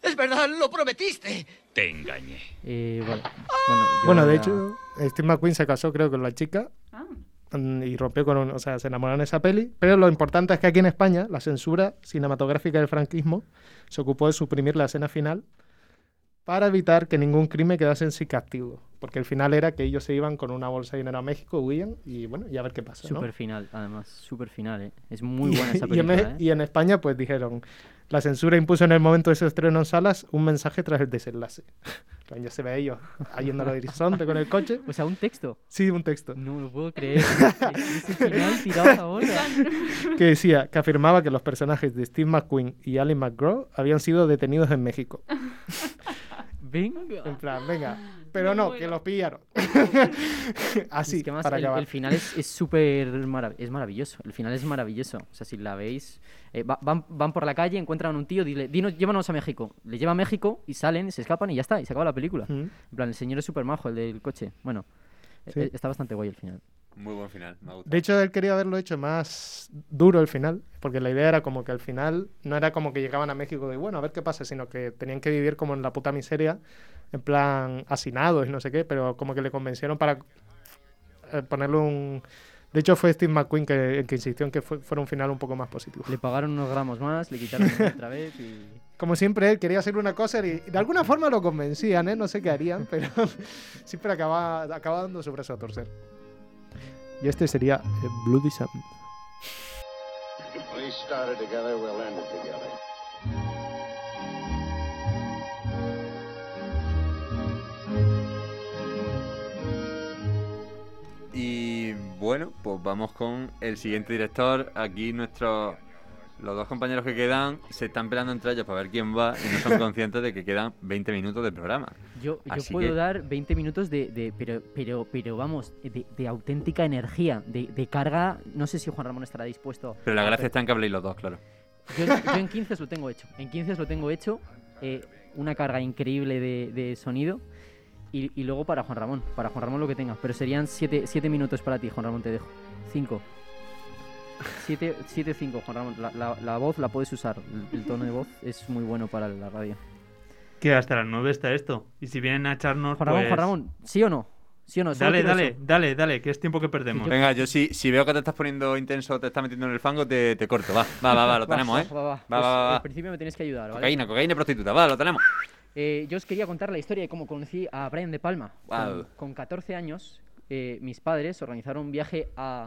Es verdad, lo prometiste. Te engañé. Eh, vale. Bueno, yo Bueno, de ya- hecho, Steve McQueen se casó creo con la chica mm, y rompió con un, o sea, se enamoraron en esa peli, pero lo importante es que aquí en España la censura cinematográfica del franquismo se ocupó de suprimir la escena final para evitar que ningún crimen quedase sin castigo, porque el final era que ellos se iban con una bolsa de dinero a México, huían y bueno, y a ver qué pasa, ¿no? Super final, además, super final, ¿eh? Es muy Y- buena esa y, en, película, ¿eh? y en España pues dijeron, la censura impuso en el momento de su estreno en salas un mensaje tras el desenlace. Ya se ve a ellos yendo al horizonte con el coche. O sea, un texto. Sí, un texto. No lo puedo creer. Ese final tirado a la borda. Que decía, que afirmaba que los personajes de Steve McQueen y Ali McGraw habían sido detenidos en México. Venga. En plan, venga. Pero no, que los pillaron. Así, Es que además para el, acabar. el final es es súper marav- es maravilloso. El final es maravilloso. O sea, si la veis, eh, va- van, van por la calle, encuentran a un tío, dile, dinos, llévanos a México. Le lleva a México y salen, se escapan y ya está, y se acaba la película. Mm. En plan, el señor es súper majo, el del coche. Bueno, eh, Sí. eh, está bastante guay el final. Muy buen final, me ha gustado. De hecho, él quería haberlo hecho más duro el final, porque la idea era como que al final no era como que llegaban a México y bueno, a ver qué pasa, sino que tenían que vivir como en la puta miseria, en plan hacinados y no sé qué, pero como que le convencieron para eh, ponerle un... De hecho, fue Steve McQueen que, el que insistió en que fue- fuera un final un poco más positivo. Le pagaron unos gramos más, le quitaron otra vez y... Como siempre, él quería hacer una cosa y de alguna forma lo convencían, ¿eh? No sé qué harían, pero siempre acaba, acaba dando su brazo a torcer. Y este sería eh, Bloody Sam. We started together, we'll end it together. Y bueno, pues vamos con el siguiente director. Aquí nuestros los dos compañeros que quedan se están peleando entre ellos para ver quién va y no son conscientes de que quedan veinte minutos de programa. Yo, yo Así puedo que- dar veinte minutos de, de- pero, pero, pero vamos, de, de auténtica energía, de, de carga. No sé si Juan Ramón estará dispuesto. Pero la a- gracia está en que habléis los dos, claro. Yo, yo en quince lo tengo hecho. En quince lo tengo hecho. eh, una carga increíble de, de sonido. Y, y luego para Juan Ramón. Para Juan Ramón lo que tenga. Pero serían siete minutos para ti, Juan Ramón, te dejo. cinco. siete cinco, Juan Ramón. La, la- la voz la puedes usar. El, el tono de voz es muy bueno para la radio. Que hasta las nueve está esto. Y si vienen a echarnos. Juan Ramón, pues... Juan Ramón, ¿sí o no? ¿Sí o no? Solo Dale, quiero dale, eso. dale, dale, que es tiempo que perdemos. Venga, yo si, si veo que te estás poniendo intenso, te estás metiendo en el fango, te, te corto. Va, va, va, va, lo Va, tenemos, va, ¿eh? va, va. Va, Pues, va, va, va. Al principio me tienes que ayudar, ¿vale? Cocaína, cocaína y prostituta, va, lo tenemos. Eh, yo os quería contar la historia de cómo conocí a Brian De Palma. Guau. Con, con catorce años, eh, mis padres organizaron un viaje a...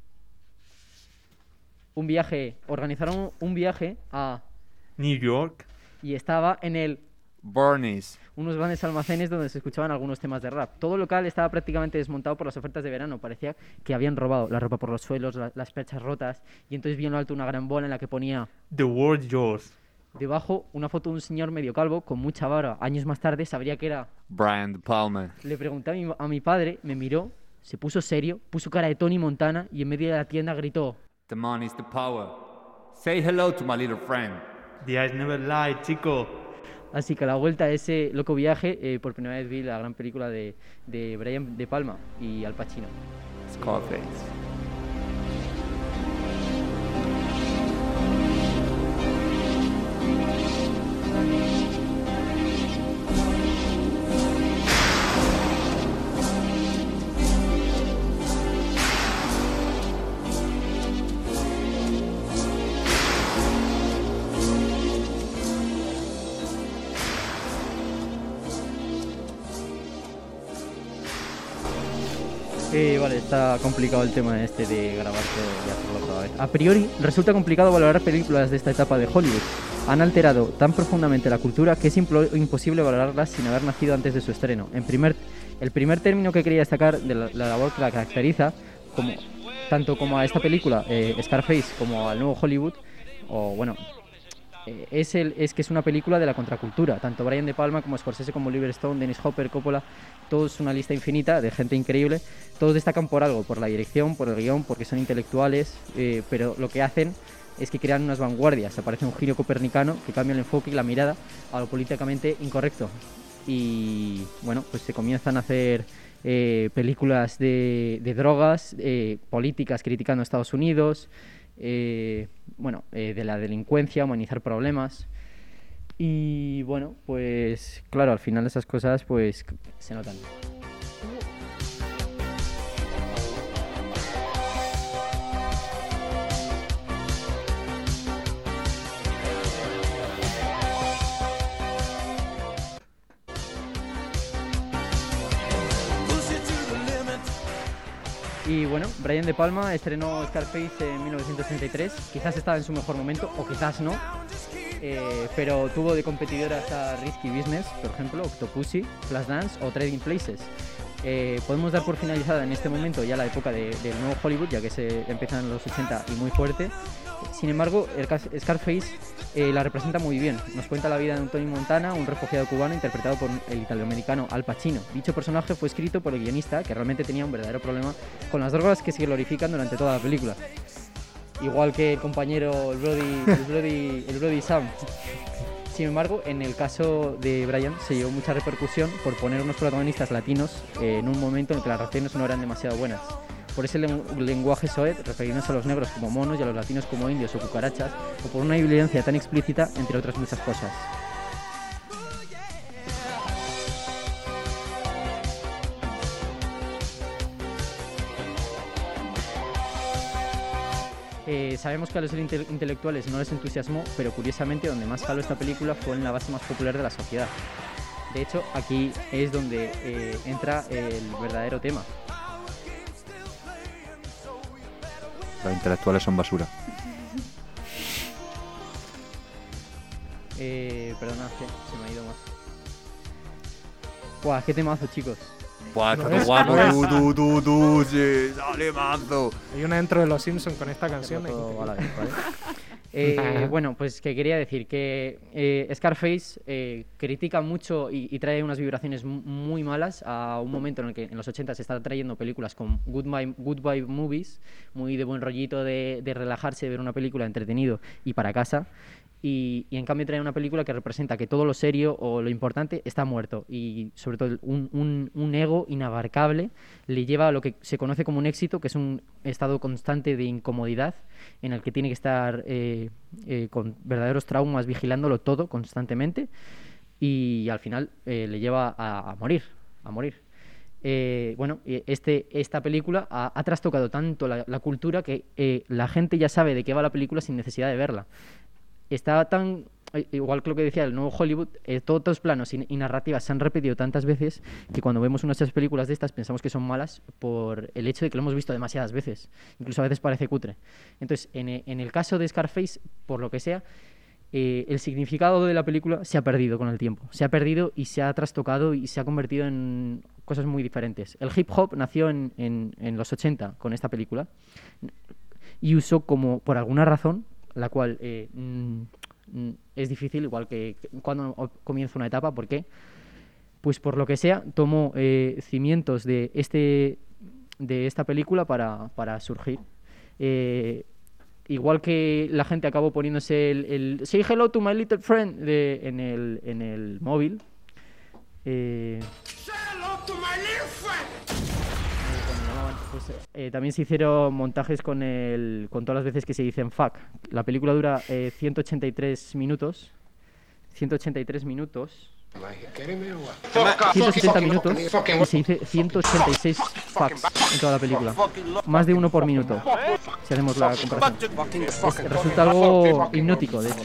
Un viaje... Organizaron un viaje a... New York. Y estaba en el... Barney's. Unos grandes almacenes donde se escuchaban algunos temas de rap. Todo el local estaba prácticamente desmontado por las ofertas de verano. Parecía que habían robado la ropa por los suelos, la- las perchas rotas. Y entonces vi en lo alto una gran bola en la que ponía... The world yours. Debajo una foto de un señor medio calvo con mucha barba. Años más tarde sabría que era... Brian De Palma. Le pregunté a mi, a mi padre, me miró, se puso serio, puso cara de Tony Montana y en medio de la tienda gritó... The money's the power. Say hello to my little friend. The eyes never lie, chico. Así que a la vuelta de ese loco viaje, eh, por primera vez vi la gran película de, de Brian De Palma y Al Pacino. Scarface. Eh, vale, está complicado el tema este de grabar todo y hacerlo otra vez. A priori, resulta complicado valorar películas de esta etapa de Hollywood. Han alterado tan profundamente la cultura que es implo- imposible valorarlas sin haber nacido antes de su estreno. En primer, el primer término que quería destacar de la, la labor que la caracteriza, como, tanto como a esta película, eh, Scarface, como al nuevo Hollywood, o bueno, eh, es, el, es que es una película de la contracultura. Tanto Brian De Palma como Scorsese, como Oliver Stone, Dennis Hopper, Coppola, todos una lista infinita de gente increíble. Todos destacan por algo, por la dirección, por el guión, porque son intelectuales, eh, pero lo que hacen es que crean unas vanguardias. Aparece un giro copernicano que cambia el enfoque y la mirada a lo políticamente incorrecto. Y bueno, pues se comienzan a hacer eh, películas de, de drogas, eh, políticas criticando a Estados Unidos, eh, bueno, eh, de la delincuencia, humanizar problemas. Y bueno, pues claro, al final esas cosas pues se notan. Y bueno, Brian De Palma estrenó Scarface en mil novecientos sesenta y tres. Quizás estaba en su mejor momento, o quizás no. Eh, pero tuvo de competidoras a Risky Business, por ejemplo, Octopussy, Flashdance o Trading Places. Eh, podemos dar por finalizada en este momento ya la época de, del nuevo Hollywood, ya que se empieza en los ochenta y muy fuerte. Sin embargo, el Scarface eh, la representa muy bien. Nos cuenta la vida de un Tony Montana, un refugiado cubano interpretado por el italoamericano Al Pacino. Dicho personaje fue escrito por el guionista, que realmente tenía un verdadero problema con las drogas que se glorifican durante toda la película. Igual que el compañero, el Brody, el Brody, el Brody Sam. Sin embargo, en el caso de Brian se llevó mucha repercusión por poner unos protagonistas latinos eh, en un momento en el que las reacciones no eran demasiado buenas. Por ese lenguaje soez, refiriéndose a los negros como monos y a los latinos como indios o cucarachas, o por una violencia tan explícita, entre otras muchas cosas. Eh, sabemos que a los inte- intelectuales no les entusiasmó, pero curiosamente donde más jaló esta película fue en la base más popular de la sociedad. De hecho, aquí es donde eh, entra el verdadero tema. Los intelectuales son basura. Eh, perdona, que se me ha ido más. Buah, qué temazo, chicos. Buah, está todo guapo. Tú, tú, tú, tú, sí, sale mazo. Hay una intro de Los Simpsons con esta canción. Todo a la vez, ¿vale? Eh, bueno, pues que quería decir que eh, Scarface eh, critica mucho y, y trae unas vibraciones muy malas a un momento en el que en los ochenta se está trayendo películas con good vibe, good vibe movies, muy de buen rollito, de, de relajarse, ver una película entretenido y para casa. Y, y en cambio trae una película que representa que todo lo serio o lo importante está muerto, y sobre todo un, un, un ego inabarcable le lleva a lo que se conoce como un éxito, que es un estado constante de incomodidad en el que tiene que estar eh, eh, con verdaderos traumas vigilándolo todo constantemente, y al final eh, le lleva a, a morir, a morir. Eh, bueno, este, esta película ha, ha trastocado tanto la, la cultura que eh, la gente ya sabe de qué va la película sin necesidad de verla. Está tan, igual que lo que decía el nuevo Hollywood, eh, todos los planos y, y narrativas se han repetido tantas veces que cuando vemos unas películas de estas pensamos que son malas por el hecho de que lo hemos visto demasiadas veces. Incluso a veces parece cutre. Entonces, en, en el caso de Scarface, por lo que sea, eh, el significado de la película se ha perdido con el tiempo. Se ha perdido y se ha trastocado y se ha convertido en cosas muy diferentes. El hip hop nació en, en, en los ochenta con esta película y usó como, por alguna razón, la cual eh, mm, es difícil, igual que cuando comienza una etapa. ¿Por qué? Pues por lo que sea, tomó eh, cimientos de este de esta película para, para surgir. Eh, igual que la gente acabó poniéndose el, el Say hello to my little friend de, en, el, en el móvil. Eh, Pues, eh, también se hicieron montajes con el con todas las veces que se dicen fuck. La película dura eh, ciento ochenta y tres minutos. ciento ochenta y tres minutos. ciento setenta minutos y se dice ciento ochenta y seis fucks en toda la película. Más de uno por minuto, si hacemos la comparación. Es, resulta algo hipnótico, de hecho.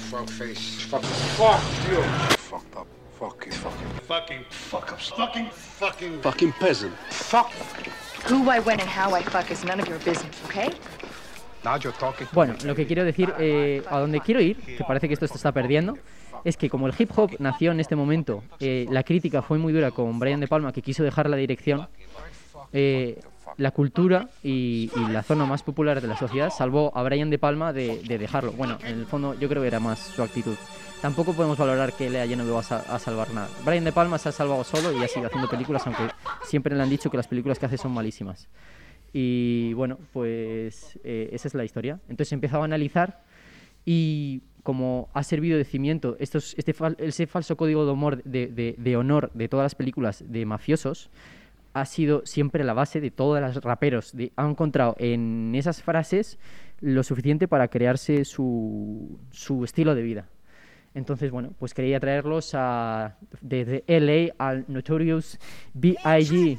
Fucking, fucking, fuck ups. Fucking, fucking, fucking peasant. Fuck. Who, why, when, and how I fuck is none of your business, okay? Now you're talking. Bueno, lo que quiero decir, eh, a donde quiero ir, que parece que esto se está perdiendo, es que como el hip hop nació en este momento, eh, la crítica fue muy dura con Brian De Palma, que quiso dejar la dirección. Eh, la cultura y, y la zona más popular de la sociedad salvó a Brian De Palma de, de dejarlo. Bueno, en el fondo yo creo que era más su actitud. Tampoco podemos valorar que le haya llegado a, a salvar nada. Brian De Palma se ha salvado solo y ha seguido haciendo películas, aunque siempre le han dicho que las películas que hace son malísimas. Y bueno, pues eh, esa es la historia. Entonces he empezado a analizar y como ha servido de cimiento estos, este fal, ese falso código de honor de, de, de honor de todas las películas de mafiosos, ha sido siempre la base de todas las raperos. De, han encontrado en esas frases lo suficiente para crearse su, su estilo de vida. Entonces, bueno, pues quería traerlos a, desde L A al Notorious B I G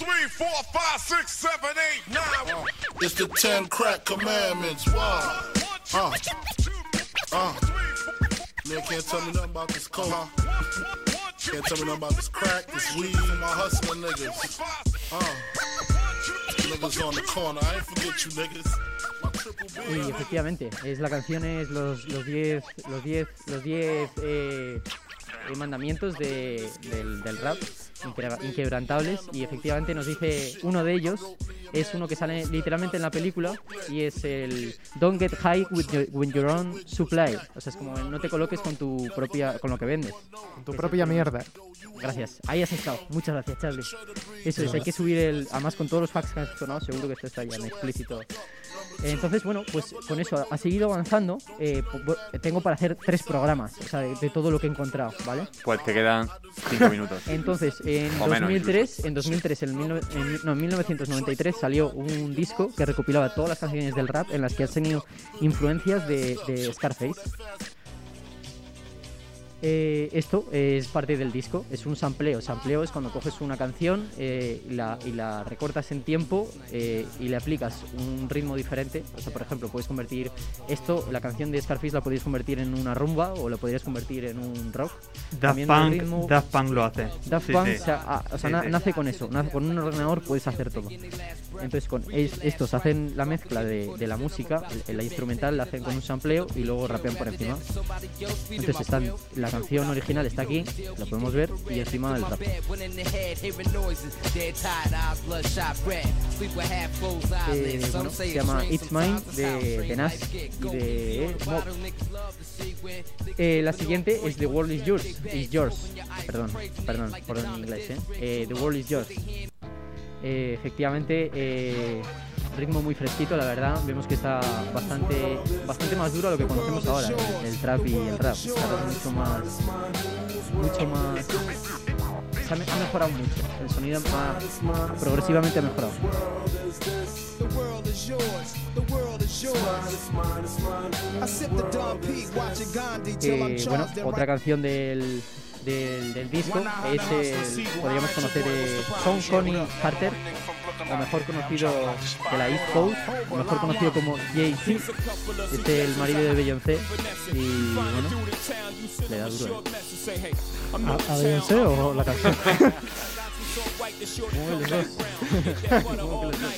It's the ten crack commandments. Wow. Uh. Uh. Man can't tell me nothing about this coke. Can't tell me nothing about this crack, this weed, and my hustling niggas. Uh. Niggas on the corner. I ain't forget you niggas. Y efectivamente, es la canción es los los diez los diez los diez eh, mandamientos de, del, del rap inquebrantables, y efectivamente nos dice uno de ellos, es uno que sale literalmente en la película, y es el don't get high with your, with your own supply. O sea, es como no te coloques con tu propia, con lo que vendes, con tu propia mierda. Gracias, ahí has estado, muchas gracias, Charlie. Eso es, hay que subir el, además con todos los facts que has sonado, seguro que esto está ya en explícito. Entonces, bueno, pues con eso ha seguido avanzando. Eh, tengo para hacer tres programas, o sea, de, de todo lo que he encontrado, ¿vale? Pues te quedan cinco minutos. Entonces, en o dos mil tres, en dos mil tres, en, mil, en, no, en mil novecientos noventa y tres salió un disco que recopilaba todas las canciones del rap en las que han tenido influencias de, de Scarface. Eh, esto es parte del disco, es un sampleo. Sampleo es cuando coges una canción eh, y, la, y la recortas en tiempo eh, y le aplicas un ritmo diferente. O sea, por ejemplo, puedes convertir esto, la canción de Scarface la podrías convertir en una rumba o la podrías convertir en un rock. Daft Punk, ritmo, Daft Punk lo hace. Daft sí, Punk sí. O sea, a, o sea sí, na, sí. nace con eso, nace, con un ordenador puedes hacer todo. Entonces con es, estos hacen la mezcla de, de la música, el, la instrumental la hacen con un sampleo y luego rapean por encima. Entonces están, la canción original está aquí, lo podemos ver, y encima el rap. Eh, bueno, se llama It's Mine de, de Nas y de eh, Mob. Eh, la siguiente es The World Is Yours, is yours. Perdón, perdón, por en inglés, ¿eh? eh The World Is Yours. Eh, efectivamente, eh, ritmo muy fresquito, la verdad. Vemos que está bastante bastante más duro a lo que conocemos ahora, el, el trap y el rap. Está mucho más, mucho más. Se ha, ha mejorado mucho. El sonido ha, progresivamente ha mejorado. Eh, bueno, otra canción del Del, del disco es el, podríamos conocer eh, Sean Connery Carter, o mejor conocido de la East Coast, o mejor conocido como Jay-Z. Es el marido de Beyoncé y bueno, le da duro. ¿eh? ¿A, a Beyoncé o la canción? Como los dos. Como que los dos.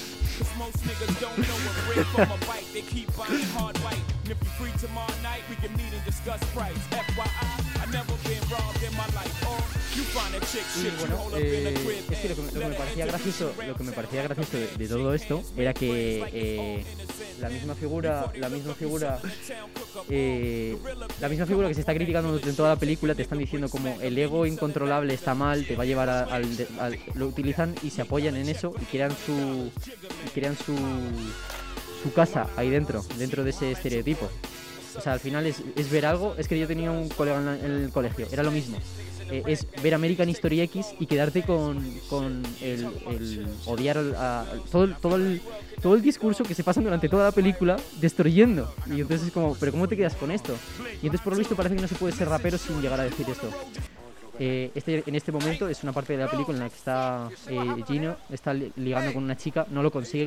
Y bueno, eh, es que lo que, lo que me parecía gracioso, lo que me parecía gracioso de, de todo esto era que eh, la misma figura, la misma figura, eh, la misma figura que se está criticando en toda la película, te están diciendo como el ego incontrolable está mal, te va a llevar a, al, al, lo utilizan y se apoyan en eso y crean su, y crean su, su casa ahí dentro, dentro de ese estereotipo. O sea, al final es, es ver algo. Es que yo tenía un colega en, la, en el colegio, era lo mismo. Eh, es ver American History X y quedarte con, con el, el odiar a, a todo, el, todo, el, todo el discurso que se pasan durante toda la película destruyendo. Y entonces es como, ¿pero cómo te quedas con esto? Y entonces por lo visto parece que no se puede ser rapero sin llegar a decir esto. Eh, este, en este momento es una parte de la película en la que está eh, Gino, está ligando con una chica, no lo consigue.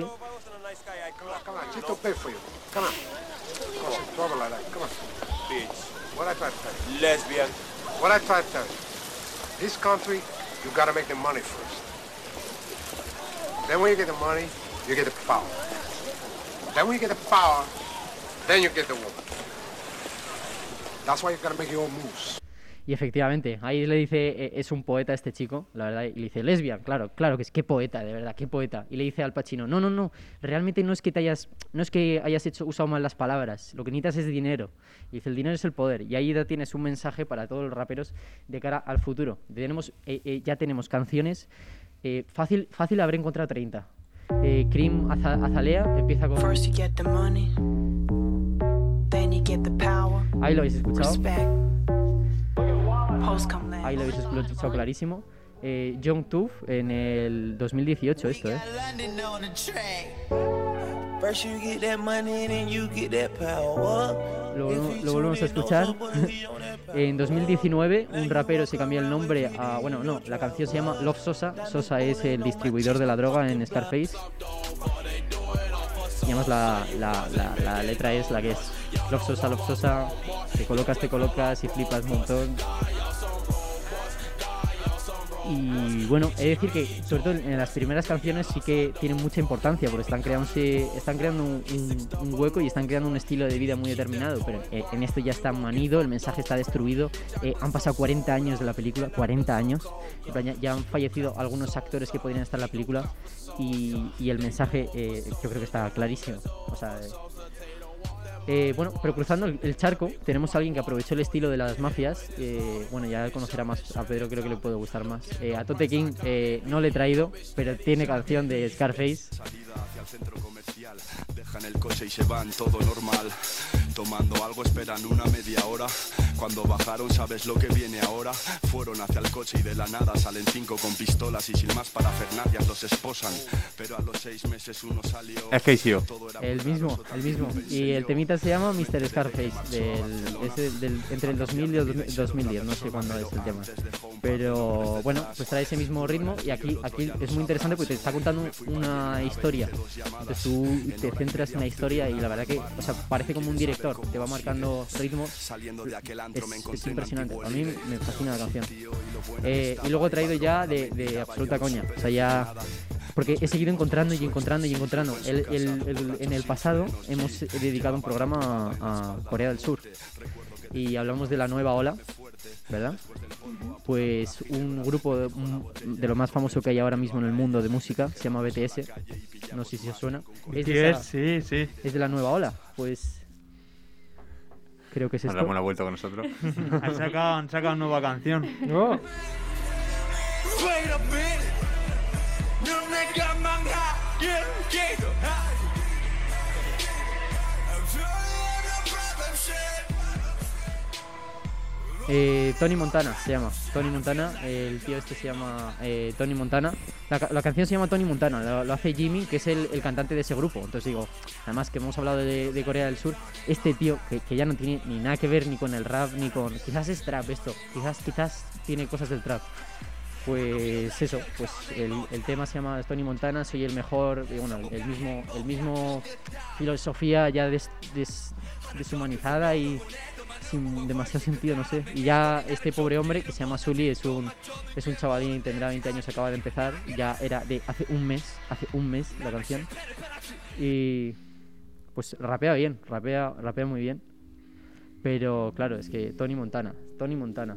Talk like that. Come on. Bitch. What I try to tell you? Lesbian. What I try to tell you? This country, you gotta make the money first. Then when you get the money, you get the power. Then when you get the power, then you get the woman. That's why you gotta make your own moves. Y efectivamente, ahí le dice, eh, es un poeta este chico, la verdad, y le dice, lesbian, claro, claro que es, qué poeta, de verdad, qué poeta. Y le dice al Pacino, no, no, no, realmente no es que te hayas, no es que hayas hecho, usado mal las palabras, lo que necesitas es dinero. Y dice, el dinero es el poder. Y ahí ya tienes un mensaje para todos los raperos de cara al futuro. Tenemos, eh, eh, ya tenemos canciones, eh, fácil, fácil haber encontrado treinta. Eh, Cream Aza- Azalea empieza con... First you get the money, then you get the power. Ahí lo habéis escuchado. Respect. Ahí lo habéis escuchado clarísimo. Eh, Young Tooth en el dos mil dieciocho esto, ¿eh? Lo, lo volvemos a escuchar. En dos mil diecinueve un rapero se cambió el nombre a... Bueno, no, la canción se llama Love Sosa. Sosa es el distribuidor de la droga en Scarface. Y además la, la, la, la letra es la que es. Love Sosa, Love Sosa, te colocas, te colocas y flipas un montón. Y bueno, he de decir que sobre todo en las primeras canciones sí que tienen mucha importancia porque están creando, están creando un, un, un hueco y están creando un estilo de vida muy determinado, pero eh, en esto ya está manido, el mensaje está destruido, eh, han pasado cuarenta años de la película, cuarenta años, en plan, ya, ya han fallecido algunos actores que podrían estar en la película y, y el mensaje eh, yo creo que está clarísimo, o sea... Eh, Eh, bueno, pero cruzando el, el charco tenemos a alguien que aprovechó el estilo de las mafias. Eh, bueno, ya conocerá más a Pedro, creo que le puede gustar más. Eh, a Tote King eh, no le he traído, pero tiene canción de Scarface. Dejan el coche y se van, todo normal. Tomando algo esperan una media hora. Cuando bajaron sabes lo que viene ahora. Fueron hacia el coche y de la nada salen cinco con pistolas y sin más parafernalias los esposan. Pero a los seis meses uno salió. Es que sí. El mismo, el mismo. Y el temita se llama mister Scarface, del, ese, del, entre el dos mil y el dos mil diez, no sé cuándo es el tema. Pero bueno, pues trae ese mismo ritmo y aquí, aquí es muy interesante porque te está contando una historia. Entonces tú te centras en la historia y la verdad que, o sea, parece como un director, te va marcando ritmos. Es, es impresionante, a mí me fascina la canción. Eh, y luego he traído ya de, de absoluta coña, o sea, ya... Porque he seguido encontrando y encontrando y encontrando. El, el, el, en el pasado hemos dedicado un programa a, a Corea del Sur y hablamos de la nueva ola, ¿verdad? Pues un grupo de, de lo más famoso que hay ahora mismo en el mundo de música se llama B T S. No sé si os suena. Es de, esa, sí, sí. es de la nueva ola. Pues creo que es esto. Damos una vuelta con nosotros. han, sacado, han sacado una nueva canción. Oh. Eh, Tony Montana se llama, Tony Montana, el tío este se llama eh, Tony Montana. La, la canción se llama Tony Montana, lo, lo hace Jimmy, que es el, el cantante de ese grupo. Entonces digo, además que hemos hablado de, de Corea del Sur, este tío que, que ya no tiene ni nada que ver ni con el rap ni con... Quizás es trap esto, quizás, quizás tiene cosas del trap. Pues eso, pues el, el tema se llama Tony Montana, soy el mejor, y bueno, el mismo, el mismo filosofía ya des, des, deshumanizada y sin demasiado sentido, no sé. Y ya este pobre hombre que se llama Sully es un, es un chavalín, tendrá veinte años, acaba de empezar, ya era de hace un mes, hace un mes la canción. Y pues rapea bien, rapea, rapea muy bien. Pero claro, es que Tony Montana, Tony Montana.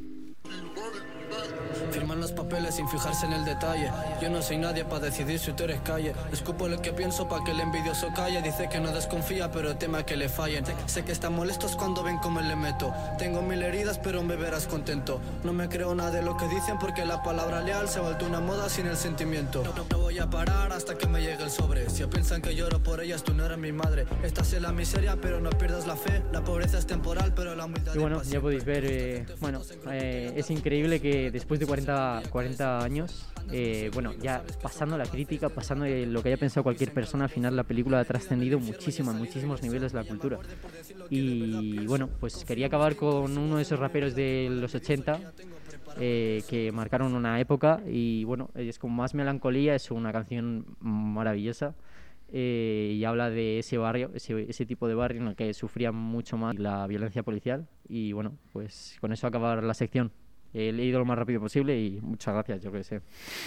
Firman los papeles sin fijarse en el detalle. Yo no soy nadie para decidir si tú eres calle. Escupo lo que pienso pa' que el envidioso calle. Dice que no desconfía pero tema que le fallen. Sé que están molestos cuando ven cómo le meto. Tengo mil heridas pero me verás contento. No me creo nada de lo que dicen porque la palabra leal se ha vuelto una moda sin el sentimiento. No, no, no voy a parar hasta que me llegue el sobre. Si piensan que lloro por ellas tú no eres mi madre. Estás en la miseria pero no pierdas la fe. La pobreza es temporal pero la humildad. Y bueno, ya podéis ver, eh, bueno, eh, es increíble que después de cuarenta, cuarenta años, eh, bueno, ya pasando la crítica, pasando de lo que haya pensado cualquier persona, al final la película ha trascendido muchísimo, en muchísimos niveles de la cultura. Y bueno, pues quería acabar con uno de esos raperos de los ochenta eh, que marcaron una época y bueno, es con más melancolía, es una canción maravillosa. Eh, y habla de ese barrio, ese, ese tipo de barrio en el que sufría mucho más la violencia policial. Y bueno, pues con eso acabar la sección. He leído lo más rápido posible y muchas gracias, yo que sé.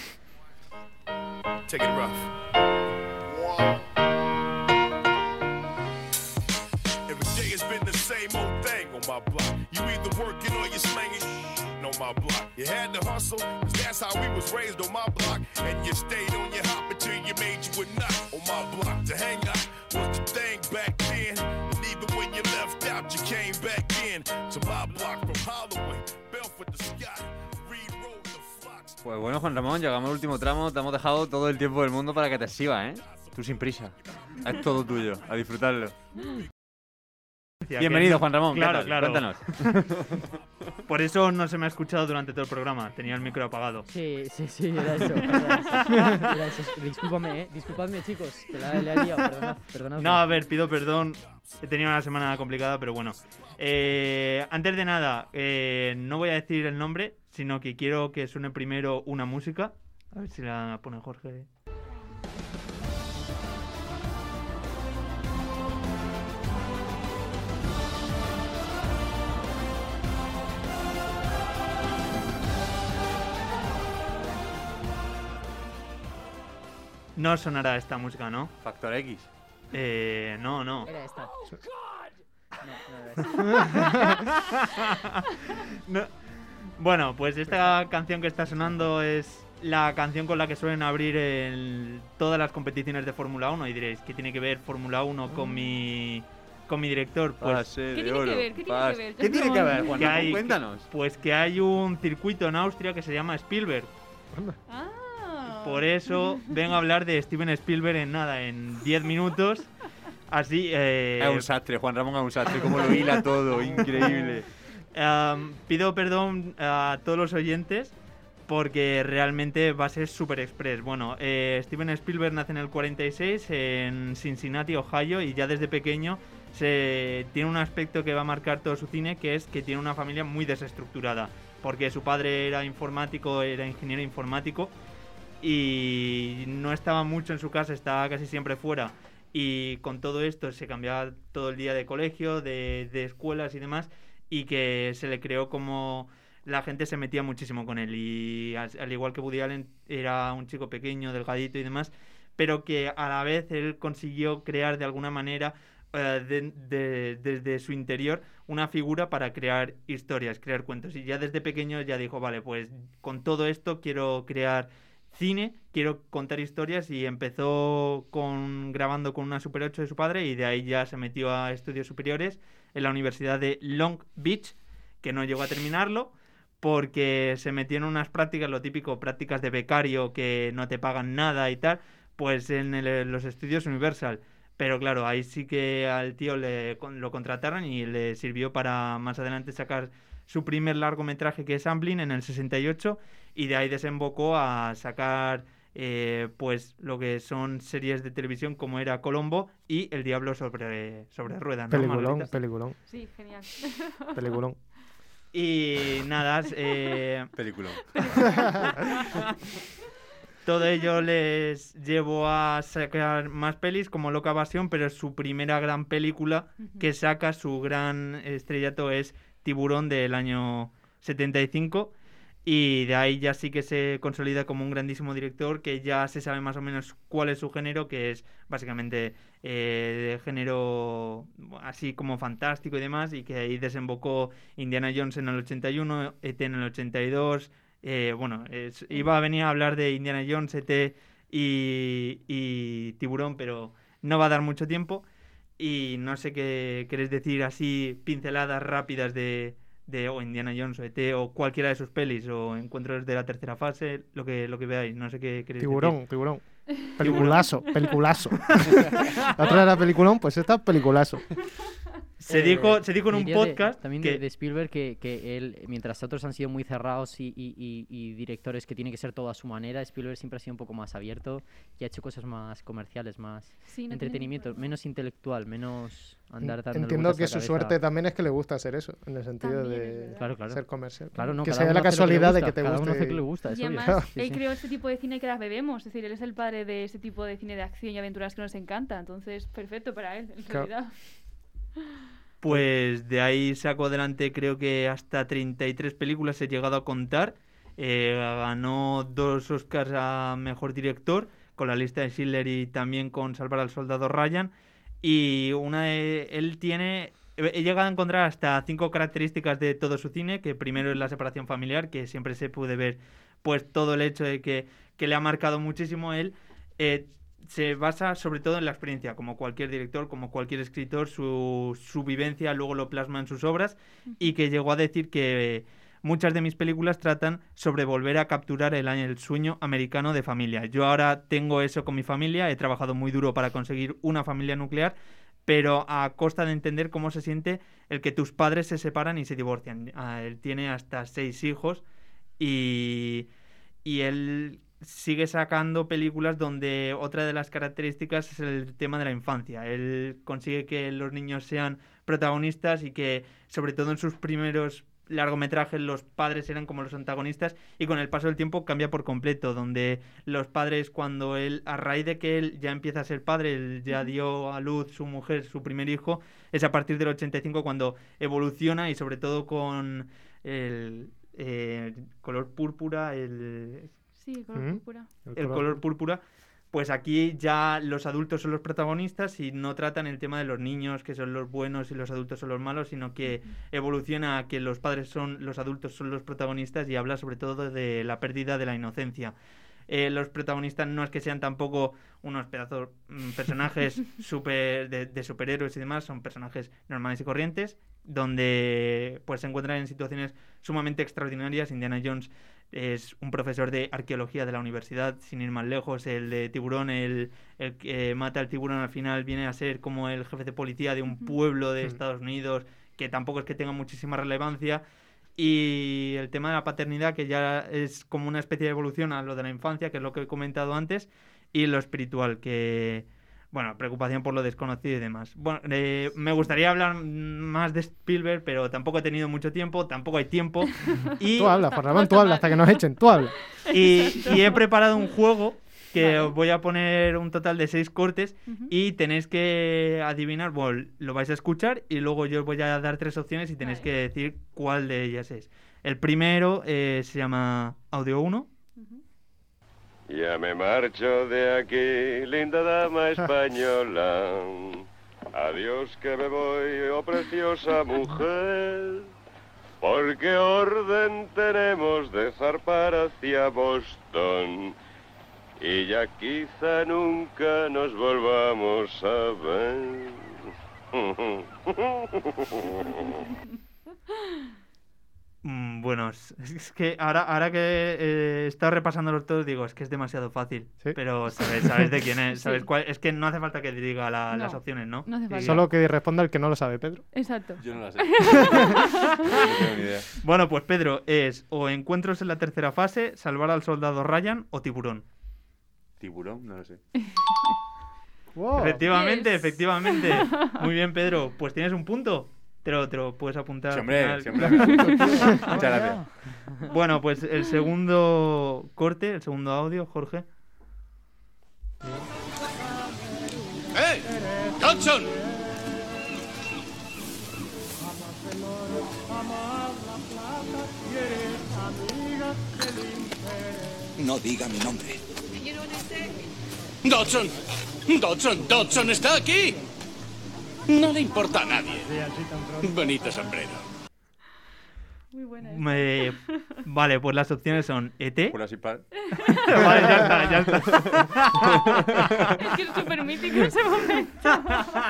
Take it rough. Every day has been the same old thing on my block. You either working or you slanging on my block. You had to hustle, cause that's how we was raised on my block. And you stayed on your hop until you made you a nut on my block. To hang out was the thing back then. And even when you left out, you came back in to my block from Holloway, Belfort to Scott. Pues bueno, Juan Ramón, llegamos al último tramo. Te hemos dejado todo el tiempo del mundo para que te exhibas, ¿eh? Tú sin prisa. Es todo tuyo, a disfrutarlo. Bienvenido, Juan Ramón. Claro, ¿qué tal? claro. Cuéntanos. Por eso no se me ha escuchado durante todo el programa. Tenía el micro apagado. Sí, sí, sí, era eso. Era eso. Era eso. Discúlpame, ¿eh? Disculpadme, chicos. Que la, la he liado, perdonad, perdonad. No, a ver, pido perdón he tenido una semana complicada, pero bueno. Eh, antes de nada, eh, no voy a decir el nombre, sino que quiero que suene primero una música. A ver si la pone Jorge. No sonará esta música, ¿no? Factor X. Eh, no, no. Era esta. No. Bueno, pues esta canción que está sonando es la canción con la que suelen abrir el- todas las competiciones de Fórmula uno. Y diréis, ¿qué tiene que ver Fórmula uno con mi con mi director? Pues, Pase ¿Qué de tiene que oro, ver? ¿Qué tiene pase- que ver? ¿Qué tiene que ver, Juan que Ramón? hay- Cuéntanos. Pues que hay un circuito en Austria que se llama Spielberg. Ah. Por eso vengo a hablar de Steven Spielberg en nada, en diez minutos. Así. Eh, Es un sastre, Juan Ramón es un sastre, como lo hila todo, increíble. Um, pido perdón a todos los oyentes porque realmente va a ser super express. Bueno, eh, Steven Spielberg nace en el cuarenta y seis en Cincinnati, Ohio, y ya desde pequeño se tiene un aspecto que va a marcar todo su cine, que es que tiene una familia muy desestructurada, porque su padre era informático, era ingeniero informático y no estaba mucho en su casa, estaba casi siempre fuera. Y con todo esto se cambiaba todo el día de colegio, de, de escuelas y demás, y que se le creó como la gente se metía muchísimo con él. Y al, al igual que Woody Allen era un chico pequeño, delgadito y demás, pero que a la vez él consiguió crear de alguna manera eh, de- de- desde su interior una figura para crear historias, crear cuentos. Y ya desde pequeño ya dijo, vale, pues con todo esto quiero crear cine, quiero contar historias, y empezó con grabando con una Super ocho de su padre, y de ahí ya se metió a estudios superiores en la Universidad de Long Beach, que no llegó a terminarlo porque se metió en unas prácticas, lo típico, prácticas de becario que no te pagan nada y tal, pues en el- los estudios Universal. Pero claro, ahí sí que al tío le, con- lo contrataron y le sirvió para más adelante sacar su primer largometraje, que es Amblin, en el sesenta y ocho, y de ahí desembocó a sacar eh, pues lo que son series de televisión como era Colombo y El Diablo sobre, sobre ruedas, ¿no, Peliculón, Margarita? peliculón. Sí, genial. Peliculón. Y nada, eh, Peliculón. todo ello les llevó a sacar más pelis como Loca Evasión, pero su primera gran película que saca, su gran estrellato, es Tiburón, del año setenta y cinco, y de ahí ya sí que se consolida como un grandísimo director, que ya se sabe más o menos cuál es su género, que es básicamente eh, de género así como fantástico y demás, y que ahí desembocó Indiana Jones en el ochenta y uno, E T en el ochenta y dos. Eh, bueno, es- iba a venir a hablar de Indiana Jones, E T y, y Tiburón, pero no va a dar mucho tiempo. Y no sé qué queréis decir así, pinceladas rápidas de, de o Indiana Jones o E T o cualquiera de sus pelis o Encuentros de la tercera fase, lo que, lo que veáis. No sé qué queréis Tiburón, decir. tiburón. Peliculazo, peliculazo. La otra era peliculón, pues esta peliculazo. Se dijo, se dijo en un Diría de- podcast también que... de, de Spielberg que, que él, mientras otros han sido muy cerrados y, y- y- y directores que tienen que ser todo a su manera, Spielberg siempre ha sido un poco más abierto y ha hecho cosas más comerciales, más Sí, no tiene entretenimiento, ningún menos intelectual, menos andar dando Entiendo que su suerte también es que le gusta hacer eso, en el sentido También, es de verdad. Claro, claro. ser comercial. Claro, no, que cada sea uno la hace lo que le casualidad de gusta, que te cada guste. uno hace lo que le gusta, es Y obvio. además, Sí, él sí. creó este tipo de cine que ahora bebemos. Es decir, él es el padre de ese tipo de cine de acción y aventuras que nos encanta. Entonces, perfecto para él, en Claro. realidad. Pues de ahí sacó adelante, creo que hasta treinta y tres películas he llegado a contar. Eh, ganó dos Oscars a Mejor Director con La Lista de Schindler y también con Salvar al Soldado Ryan. Y una de- él tiene... He llegado a encontrar hasta cinco características de todo su cine, que primero es la separación familiar, que siempre se puede ver pues todo el hecho de que, que le ha marcado muchísimo él. Eh, se basa sobre todo en la experiencia, como cualquier director, como cualquier escritor, su, su vivencia luego lo plasma en sus obras, y que llegó a decir que muchas de mis películas tratan sobre volver a capturar el, el sueño americano de familia. Yo ahora tengo eso con mi familia, he trabajado muy duro para conseguir una familia nuclear, pero a costa de entender cómo se siente el que tus padres se separan y se divorcian. Ah, él tiene hasta seis hijos y, y él sigue sacando películas donde otra de las características es el tema de la infancia. Él consigue que los niños sean protagonistas y que, sobre todo en sus primeros largometrajes, los padres eran como los antagonistas, y con el paso del tiempo cambia por completo, donde los padres, cuando él, a raíz de que él ya empieza a ser padre, él ya dio a luz su mujer, su primer hijo, es a partir del ochenta y cinco cuando evoluciona, y sobre todo con el eh, color púrpura, el... Sí, el color púrpura. El, el color púrpura, pues aquí ya los adultos son los protagonistas y no tratan el tema de los niños, que son los buenos y los adultos son los malos, sino que evoluciona a que los padres son, los adultos son los protagonistas, y habla sobre todo de la pérdida de la inocencia. Eh, los protagonistas no es que sean tampoco unos pedazos mm, personajes super de, de superhéroes y demás, son personajes normales y corrientes, donde pues se encuentran en situaciones sumamente extraordinarias. Indiana Jones es un profesor de arqueología de la universidad, sin ir más lejos. El de Tiburón, el, el que mata al tiburón al final, viene a ser como el jefe de policía de un pueblo de Estados Unidos, que tampoco es que tenga muchísima relevancia. Y el tema de la paternidad, que ya es como una especie de evolución a lo de la infancia, que es lo que he comentado antes, y lo espiritual, que... Bueno, preocupación por lo desconocido y demás. Bueno, eh, me gustaría hablar más de Spielberg, pero tampoco he tenido mucho tiempo, tampoco hay tiempo. Y... Tú hablas, Juan Ramón, tú hablas, hasta que nos echen, tú hablas. Y, y he preparado un juego que vale. Os voy a poner un total de seis cortes, uh-huh. y tenéis que adivinar, bueno, lo vais a escuchar y luego yo os voy a dar tres opciones y tenéis vale. que decir cuál de ellas es. El primero eh, se llama Audio uno. Ya me marcho de aquí, linda dama española. Adiós que me voy, oh preciosa mujer. Porque orden tenemos de zarpar hacia Boston. Y ya quizá nunca nos volvamos a ver. Mm, bueno, es, es que ahora, ahora que eh, he estado repasándolos todos, digo, es que es demasiado fácil. ¿Sí? Pero sabes, sabes de quién es. ¿Sabes sí. cuál? Es que no hace falta que diga la, no, las opciones, ¿no? No hace falta. Solo que responda el que no lo sabe, Pedro. Exacto. Yo no la sé. No tengo ni idea. Bueno, pues Pedro, es o Encuentros en la tercera fase, Salvar al soldado Ryan o Tiburón. ¿Tiburón? No lo sé. Wow. Efectivamente, Yes. efectivamente. Muy bien, Pedro. Pues tienes un punto. Te lo, te lo puedes apuntar. Sí, hombre, al sí, hombre. Muchas gracias. Bueno, pues el segundo corte, el segundo audio, Jorge. ¡Eh! ¡Johnson! No diga mi nombre. ¡Dodson! ¡Dodson! ¡Dodson está aquí! No le importa a nadie. Bonito sombrero. Muy buena. Me... Vale, pues las opciones son E T. Por así par. Vale, ya está, ya está. Es que es súper mítico ese momento.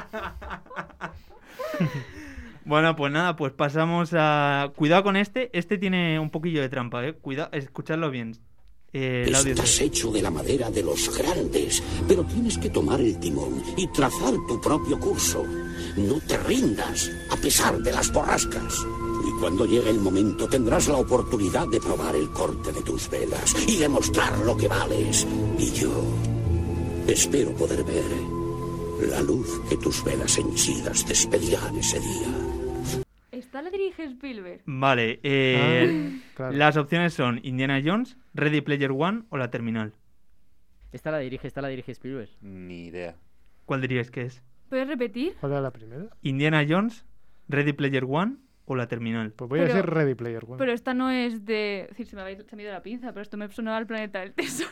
Bueno, pues nada, pues pasamos a... Cuidado con este. Este tiene un poquillo de trampa, ¿eh? Cuidado, escuchadlo bien. Eh, el audio Estás hecho de la madera de los grandes, pero tienes que tomar el timón y trazar tu propio curso. No te rindas, a pesar de las borrascas. Y cuando llegue el momento tendrás la oportunidad de probar el corte de tus velas y demostrar lo que vales. Y yo espero poder ver la luz que tus velas henchidas despedirán ese día. ¿Esta la dirige Spielberg? Vale, eh, Ah, claro. las opciones son Indiana Jones, Ready Player One o La Terminal. Esta la dirige, esta la dirige Spielberg. Ni idea. ¿Cuál diríais que es? ¿Puedes repetir? ¿Cuál era la primera? Indiana Jones, Ready Player One o La Terminal. Pues voy Pero- a decir Ready Player One. Pero esta no es de... Es decir, se me, ha ido, se me ha ido la pinza, pero esto me sonaba al planeta del tesoro.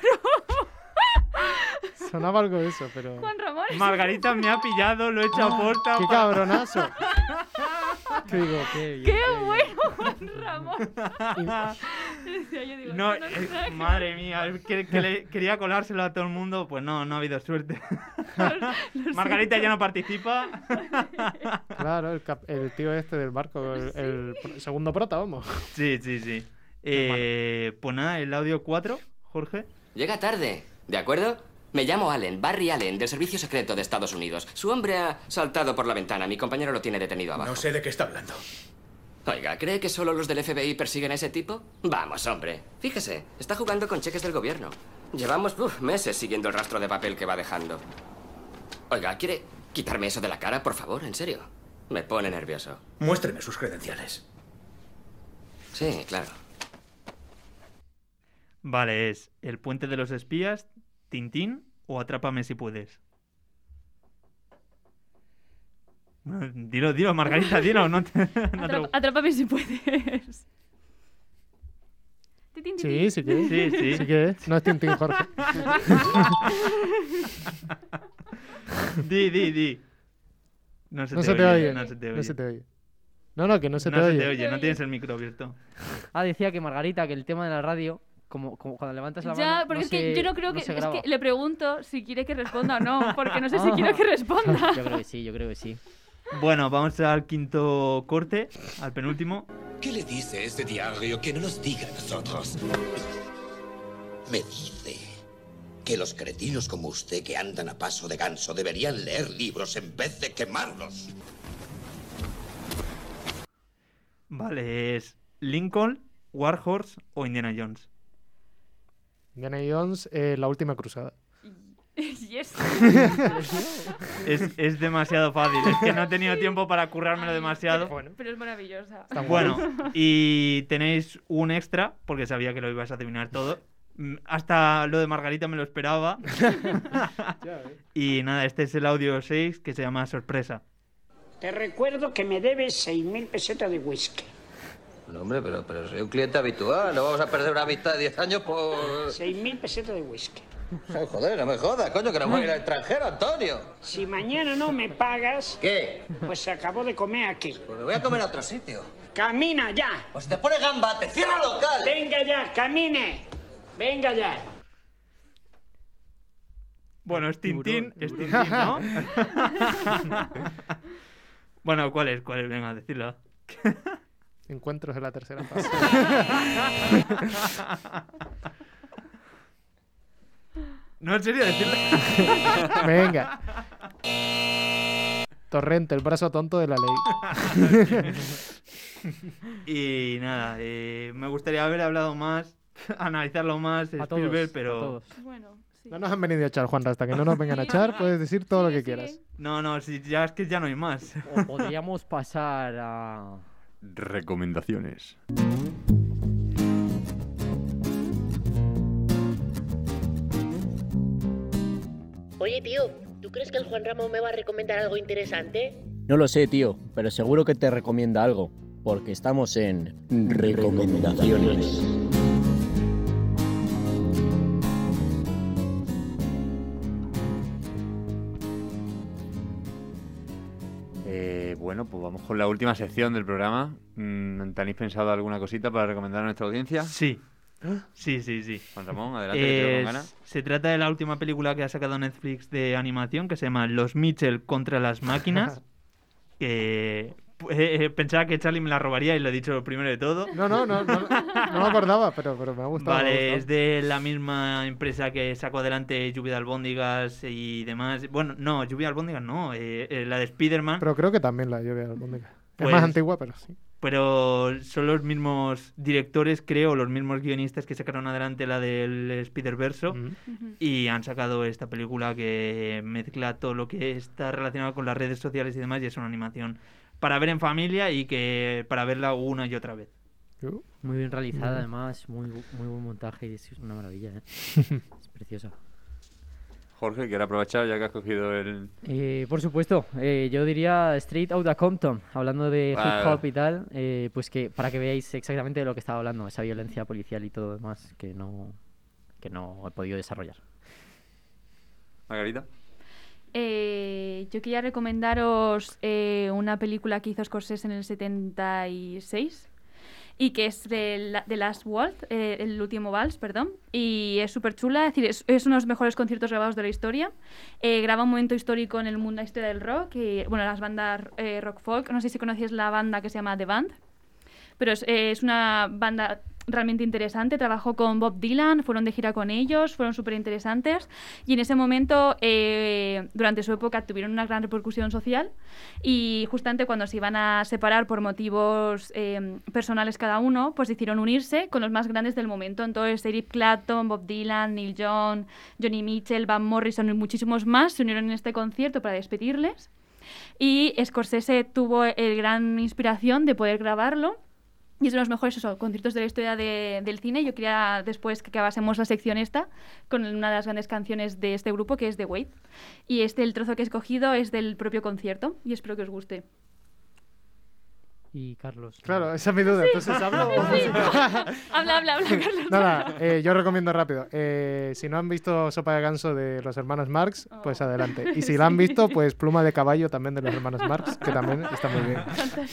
Sonaba algo de eso, pero... Juan Ramón. Margarita me ha pillado, lo he hecho a posta. ¡Qué pa- cabronazo! ¿Qué digo? Qué bien, ¡Qué qué bien. bueno, Juan Ramón! Decía yo, digo, No, esto no eh, es nada que madre mía, es que, que le- quería colárselo a todo el mundo, pues no, no ha habido suerte. Lo Margarita siento. ya no participa. Claro, el, cap- el tío este del barco, el, el pro- segundo prota, vamos. Sí, sí, sí. Eh, pues nada, el audio cuatro, Jorge. Llega tarde, ¿de acuerdo? Me llamo Allen, Barry Allen, del Servicio Secreto de Estados Unidos. Su hombre ha saltado por la ventana. Mi compañero lo tiene detenido abajo. No sé de qué está hablando. Oiga, ¿cree que solo los del F B I persiguen a ese tipo? Vamos, hombre. Fíjese, está jugando con cheques del gobierno. Llevamos uf, meses siguiendo el rastro de papel que va dejando. Oiga, ¿quiere quitarme eso de la cara, por favor? ¿En serio? Me pone nervioso. Muéstreme sus credenciales. Sí, claro. Vale, es El puente de los espías, Tintín o Atrápame si puedes. Bueno, dilo, dilo, Margarita, dilo. No te, no te... Atrapa- Atrápame si puedes. Titín, titín. Sí, sí que es. Sí, sí. Sí que es. No es Tintín, Jorge. Di, di, di. No se, No te, se te oye, oye. No se te oye. No se te oye. No, no, que no se No te se oye. te oye, no tienes el micro abierto. Ah, decía que Margarita, que el tema de la radio, como, como cuando levantas la Ya, mano. porque no es que se- yo no creo no que. se Es graba. que le pregunto si quiere que responda o no, porque no sé si Ah. quiero que responda. Yo creo que sí, yo creo que sí. Bueno, vamos al quinto corte, al penúltimo. ¿Qué le dice ese diario que no nos diga a nosotros? Me dice que los cretinos como usted que andan a paso de ganso deberían leer libros en vez de quemarlos. Vale, es Lincoln, Warhorse o Indiana Jones. Indiana Jones, eh, La última cruzada. Yes. Es, es demasiado fácil, es que no he tenido tiempo para currármelo demasiado. Pero, pero es maravillosa. Bueno, y tenéis un extra, porque sabía que lo ibas a adivinar todo. Mm, Hasta lo de Margarita me lo esperaba. Y nada, este es el audio seis que se llama Sorpresa. Te recuerdo que me debes seis mil pesetas de whisky. No, hombre, pero, pero soy un cliente habitual. No vamos a perder una amistad de diez años por... seis mil pesetas de whisky. Ay, joder, no me jodas, coño, que nos voy a ir al extranjero, Antonio. Si mañana no me pagas... ¿Qué? Pues se acabó de comer aquí. Pues me voy a comer a otro sitio. ¡Camina ya! Pues si te pone gamba, te cierra el local. ¡Venga ya, camine! ¡Venga ya! Bueno, es Tintín, es Tintín, ¿no? Bueno, ¿cuál es? ¿Cuál es? Venga, decirlo. Encuentros en la tercera fase. No, en serio, decirlo. Venga. Torrente, el brazo tonto de la ley. Y nada, eh, me gustaría haber hablado más, analizarlo más, A Spielberg, todos, pero... a todos. Bueno, sí. No nos han venido a echar, Juan, hasta que no nos vengan a echar, puedes decir todo lo que quieras. No, no, si ya es que ya no hay más. O podríamos pasar a... Recomendaciones. Oye, tío, ¿tú crees que el Juan Ramón me va a recomendar algo interesante? No lo sé, tío, pero seguro que te recomienda algo, porque estamos en recomendaciones. Eh, bueno, pues vamos con la última sección del programa. Mm, ¿Tenéis pensado alguna cosita para recomendar a nuestra audiencia? Sí. Sí, sí, sí. Juan Ramón, adelante, que te veo con Es- ganas. Se trata de la última película que ha sacado Netflix de animación, que se llama Los Mitchell contra las máquinas. que eh, eh, pensaba que Charlie me la robaría y lo he dicho lo primero de todo. No, no, no, no, no me acordaba, pero, pero me ha gustado. me ha Vale, gustado. es de la misma empresa que sacó adelante Lluvia de Albóndigas y demás. Bueno, no, Lluvia de Albóndigas no, eh, eh, la de Spider-Man. Pero creo que también la lluvia de albóndiga. Pues- Es más antigua, pero sí. Pero son los mismos directores, creo, los mismos guionistas que sacaron adelante la del Spider-Verse y han sacado esta película que mezcla todo lo que está relacionado con las redes sociales y demás y es una animación para ver en familia y que para verla una y otra vez. Muy bien realizada, Ujú. además, muy, bu- muy buen montaje y es una maravilla, ¿eh? Es preciosa. Jorge, quiero aprovechar ya que has cogido el... Eh, por supuesto, eh, yo diría Straight Outta Compton, hablando de Vale. hip hop y tal, eh, pues que para que veáis exactamente de lo que estaba hablando, esa violencia policial y todo lo demás que no, que no he podido desarrollar. Margarita. Eh, yo quería recomendaros eh, una película que hizo Scorsese en el setenta y seis y que es de, la, de Last Waltz, eh, el último vals, perdón, y es súper chula, es decir, es, es uno de los mejores conciertos grabados de la historia. Eh, graba un momento histórico en el mundo, la historia del rock, y, bueno, las bandas eh, rock folk. No sé si conocéis la banda que se llama The Band, pero es, eh, es una banda realmente interesante. Trabajó con Bob Dylan, fueron de gira con ellos, fueron súper interesantes y en ese momento, eh, durante su época, tuvieron una gran repercusión social y justamente cuando se iban a separar por motivos eh, personales cada uno, pues decidieron unirse con los más grandes del momento. Entonces Eric Clapton, Bob Dylan, Neil Young, Johnny Mitchell, Van Morrison y muchísimos más se unieron en este concierto para despedirles. Y Scorsese tuvo el gran inspiración de poder grabarlo. Y es uno de los mejores eso, conciertos de la historia de, del cine. Yo quería después que acabásemos la sección esta con una de las grandes canciones de este grupo, que es The Wait. Y este, el trozo que he escogido es del propio concierto y espero que os guste. Y Carlos. Claro, esa es mi duda. Sí. Entonces, ¿hablo o Sí. Habla, habla, habla, Carlos. Nada, eh, yo recomiendo rápido. Eh, si no han visto Sopa de Ganso de los hermanos Marx, pues adelante. Y si la han visto, pues Pluma de Caballo también de los hermanos Marx, que también está muy bien.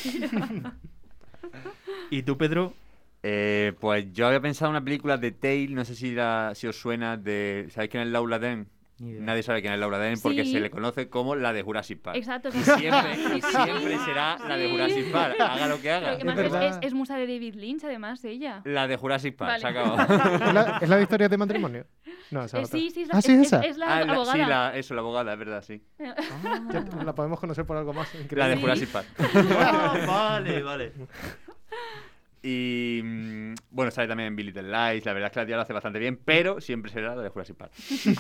¿Y tú, Pedro? Eh, pues yo había pensado en una película de Tale, no sé si, la, si os suena, de ¿sabéis quién es Laura Dern? Nadie sabe quién es Laura Dern porque Sí. se le conoce como la de Jurassic Park. Exacto. Y siempre, y siempre será la de Sí. Jurassic Park, haga lo que haga. Pero además es, es, es musa de David Lynch, además, ella. La de Jurassic Park, Vale. se acabó. ¿Es la, es la de historias de matrimonio? No, esa Eh, otra. sí, sí, es la- ¿Ah, sí, es- esa? es- es la Ah, abogada. Sí, la, eso, la abogada, es verdad, sí. Ya la podemos conocer por algo más increíble. La de Jurassic Park. Ah, vale, vale. Y mm, bueno, sale también Billy the Lies. La verdad es que la tía lo hace bastante bien, pero siempre será la de Jurassic Park.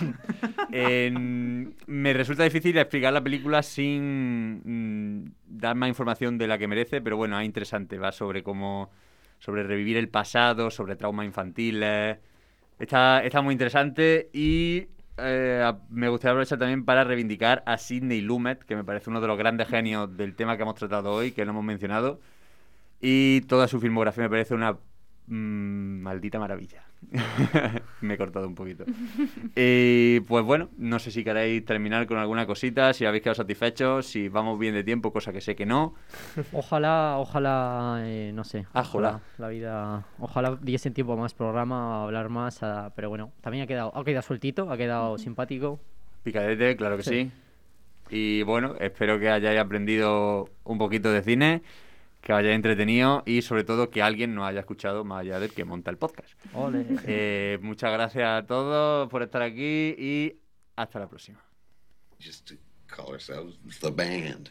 En- me resulta difícil explicar la película sin mm, dar más información de la que merece, pero bueno, es interesante. Va sobre cómo, sobre revivir el pasado, sobre traumas infantiles. Está, está muy interesante y eh, a- me gustaría aprovechar también para reivindicar a Sidney Lumet, que me parece uno de los grandes genios del tema que hemos tratado hoy, que no hemos mencionado. Y toda su filmografía me parece una mm, maldita maravilla. Me he cortado un poquito. Y pues bueno, no sé si queréis terminar con alguna cosita, si habéis quedado satisfechos, si vamos bien de tiempo, cosa que sé que no. Ojalá, ojalá, eh, no sé. Ah, ojalá. La vida, ojalá diesen tiempo a más programa, a hablar más, a- pero bueno, también ha quedado, ha quedado sueltito, ha quedado simpático. Picadete, claro que sí. Sí. Y bueno, espero que hayáis aprendido un poquito de cine, que os hayáis entretenido y sobre todo que alguien nos haya escuchado más allá del que monta el podcast. Ole. Eh, muchas gracias a todos por estar aquí y hasta la próxima. Just to call ourselves the band.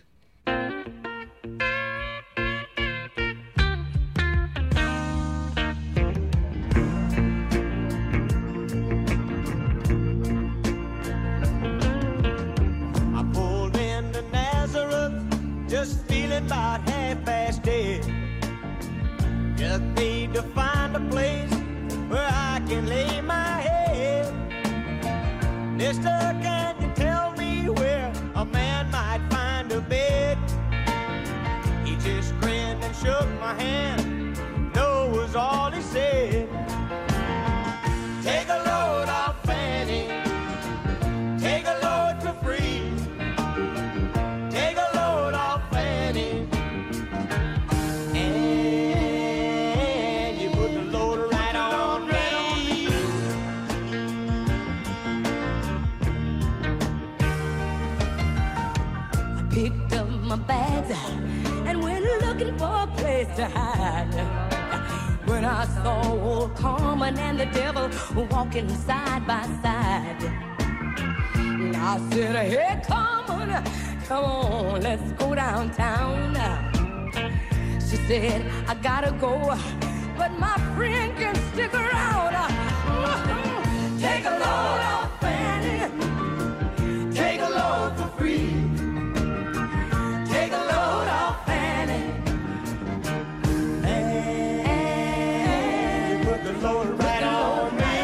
I pulled into Nazareth, just feeling about half-past dead. Just need to find a place where I can lay my head. Mister, can you tell me where a man might find a bed? He just grinned and shook my hand. No was all he said. Take a load off Fanny. Take a load for free. Take a load off Fanny. And you put the load right on me. I picked up my bags and went looking for a place to hide. When I saw old Carmen and the devil walking side by side, I said, hey, Carmen, come on, let's go downtown. She said, I gotta go, but my friend can stick around. Take a load off Fanny. Take a load for free. Take a load off Fanny. And put the load right on me.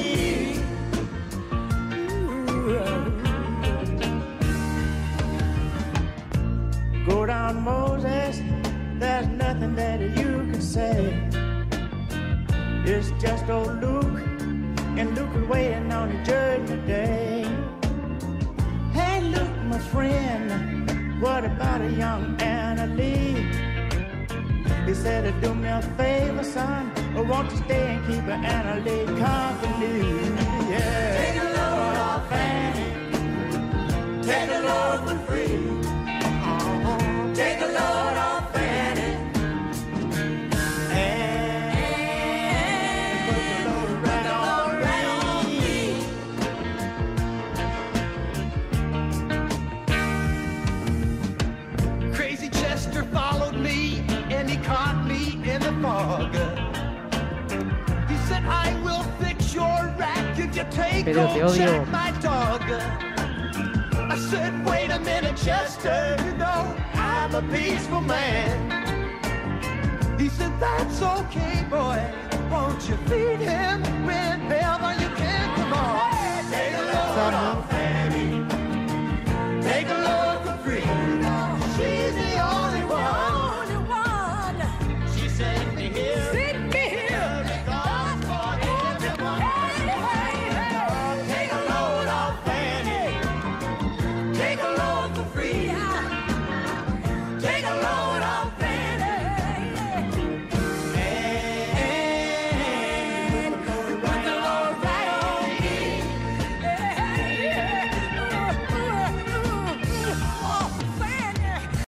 Go down, Moses. There's nothing that you can say. It's just old Luke, and Luke is waiting on the judgment day. Hey, Luke, my friend, what about a young Anna Lee? He said, do me a favor, son, or won't you stay and keep Anna Lee company? Yeah. Take a load off Annie. Take a load for free. Uh-huh. Take a load off Annie. And take Pero te old odio. Jack, my dog. I said, wait a minute, Chester, you know I'm a peaceful man. He said, that's okay, boy, won't you feed him